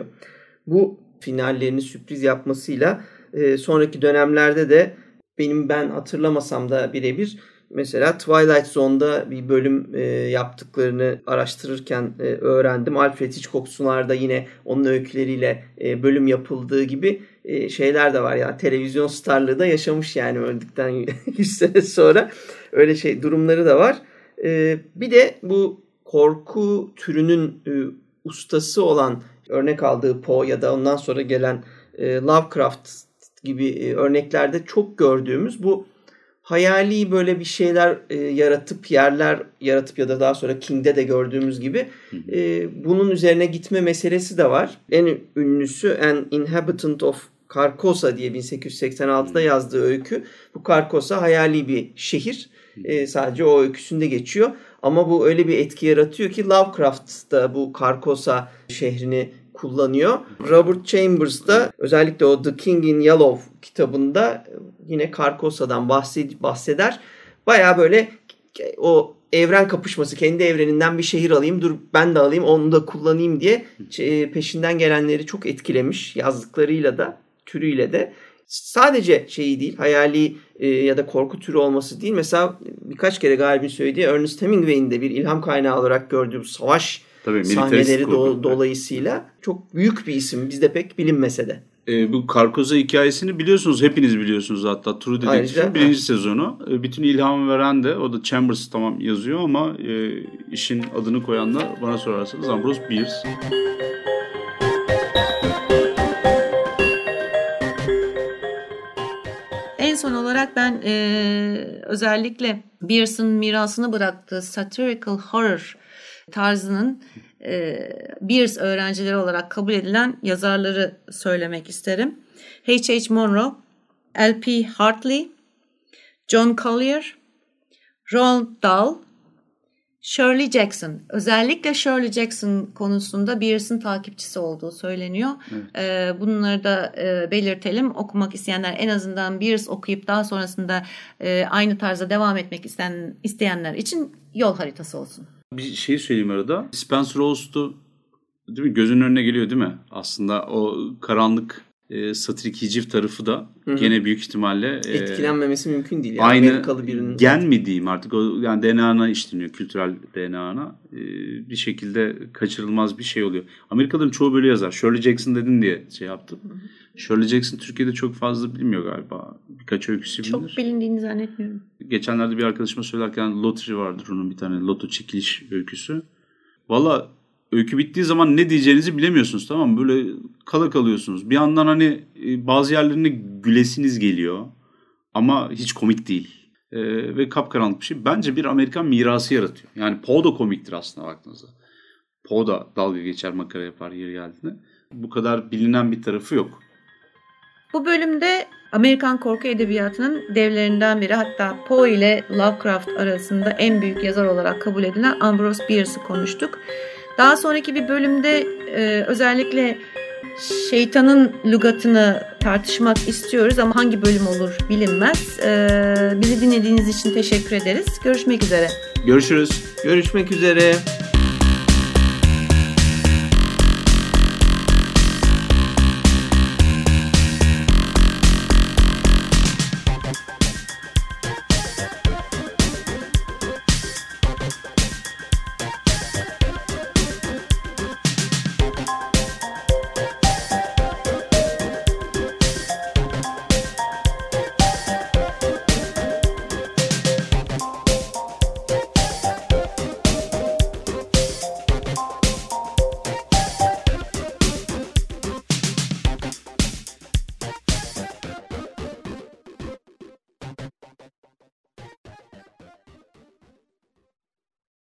Bu finallerini sürpriz yapmasıyla sonraki dönemlerde de benim ben hatırlamasam da birebir mesela Twilight Zone'da bir bölüm e, yaptıklarını araştırırken e, öğrendim. Alfred Hitchcock'sunlarda yine onun öyküleriyle e, bölüm yapıldığı gibi e, şeyler de var ya, televizyon starlığı da yaşamış yani öldükten yüz sene sonra öyle şey durumları da var. E, bir de bu korku türünün e, ustası olan örnek aldığı Poe ya da ondan sonra gelen e, Lovecraft gibi e, örneklerde çok gördüğümüz bu hayali böyle bir şeyler e, yaratıp yerler yaratıp ya da daha sonra King'de de gördüğümüz gibi e, bunun üzerine gitme meselesi de var. En ünlüsü An Inhabitant of Carcosa diye bin sekiz yüz seksen altıda yazdığı öykü. Bu Carcosa hayali bir şehir. E, sadece o öyküsünde geçiyor. Ama bu öyle bir etki yaratıyor ki Lovecraft da bu Carcosa şehrini kullanıyor. Robert Chambers da özellikle o The King in Yellow kitabında yine Carcosa'dan bahseder. Baya böyle o evren kapışması, kendi evreninden bir şehir alayım, dur ben de alayım onu da kullanayım diye peşinden gelenleri çok etkilemiş yazdıklarıyla da türüyle de. Sadece şeyi değil, hayali e, ya da korku türü olması değil. Mesela birkaç kere Galip'in söylediği Ernest Hemingway'in de bir ilham kaynağı olarak gördüğüm savaş Tabii, sahneleri do- dolayısıyla çok büyük bir isim. Bizde pek bilinmese de. E, bu Carcosa hikayesini biliyorsunuz. Hepiniz biliyorsunuz hatta. True Detective'in birinci sezonu. E, bütün ilhamı veren de o da Chambers tamam yazıyor ama e, işin adını koyan da bana sorarsanız Ambrose Bierce. En son olarak ben e, özellikle Bierce'ın mirasını bıraktığı satirical horror tarzının e, Bierce öğrencileri olarak kabul edilen yazarları söylemek isterim. H H Monroe, L P Hartley, John Collier, Roald Dahl, Shirley Jackson. Özellikle Shirley Jackson konusunda Bierce'ın takipçisi olduğu söyleniyor. Evet. Ee, bunları da e, belirtelim. Okumak isteyenler, en azından Bierce okuyup daha sonrasında e, aynı tarzda devam etmek isteyen, isteyenler için yol haritası olsun. Bir şey söyleyeyim arada. Spencer Ost'u değil mi? Gözünün önüne geliyor değil mi? Aslında o karanlık e, satirik hiciv tarafı da Hı-hı. gene büyük ihtimalle e, etkilenmemesi mümkün değil. Yani aynı Amerikalı birinin gen mi diyeyim artık o yani D N A'na işleniyor, kültürel D N A'na e, bir şekilde kaçırılmaz bir şey oluyor. Amerikalıların çoğu böyle yazar. Shirley Jackson dedin diye şey yaptım. Hı-hı. Shirley Jackson Türkiye'de çok fazla bilinmiyor galiba. Birkaç öyküsü bilinir. Çok bilindiğini zannetmiyorum. Geçenlerde bir arkadaşıma söylerken Lottery vardır onun bir tane loto çekiliş öyküsü. Valla öykü bittiği zaman ne diyeceğinizi bilemiyorsunuz, tamam mı? Böyle kala kalıyorsunuz. Bir yandan hani bazı yerlerine gülesiniz geliyor ama hiç komik değil. Ee, ve kapkaranlık bir şey. Bence bir Amerikan mirası yaratıyor. Yani Poe da komiktir aslında baktığınızda. Poe da dalga geçer, makara yapar yeri geldiğinde. Bu kadar bilinen bir tarafı yok. Bu bölümde Amerikan korku edebiyatının devlerinden biri, hatta Poe ile Lovecraft arasında en büyük yazar olarak kabul edilen Ambrose Bierce'ı konuştuk. Daha sonraki bir bölümde e, özellikle şeytanın lügatını tartışmak istiyoruz ama hangi bölüm olur bilinmez. E, bizi dinlediğiniz için teşekkür ederiz. Görüşmek üzere. Görüşürüz. Görüşmek üzere.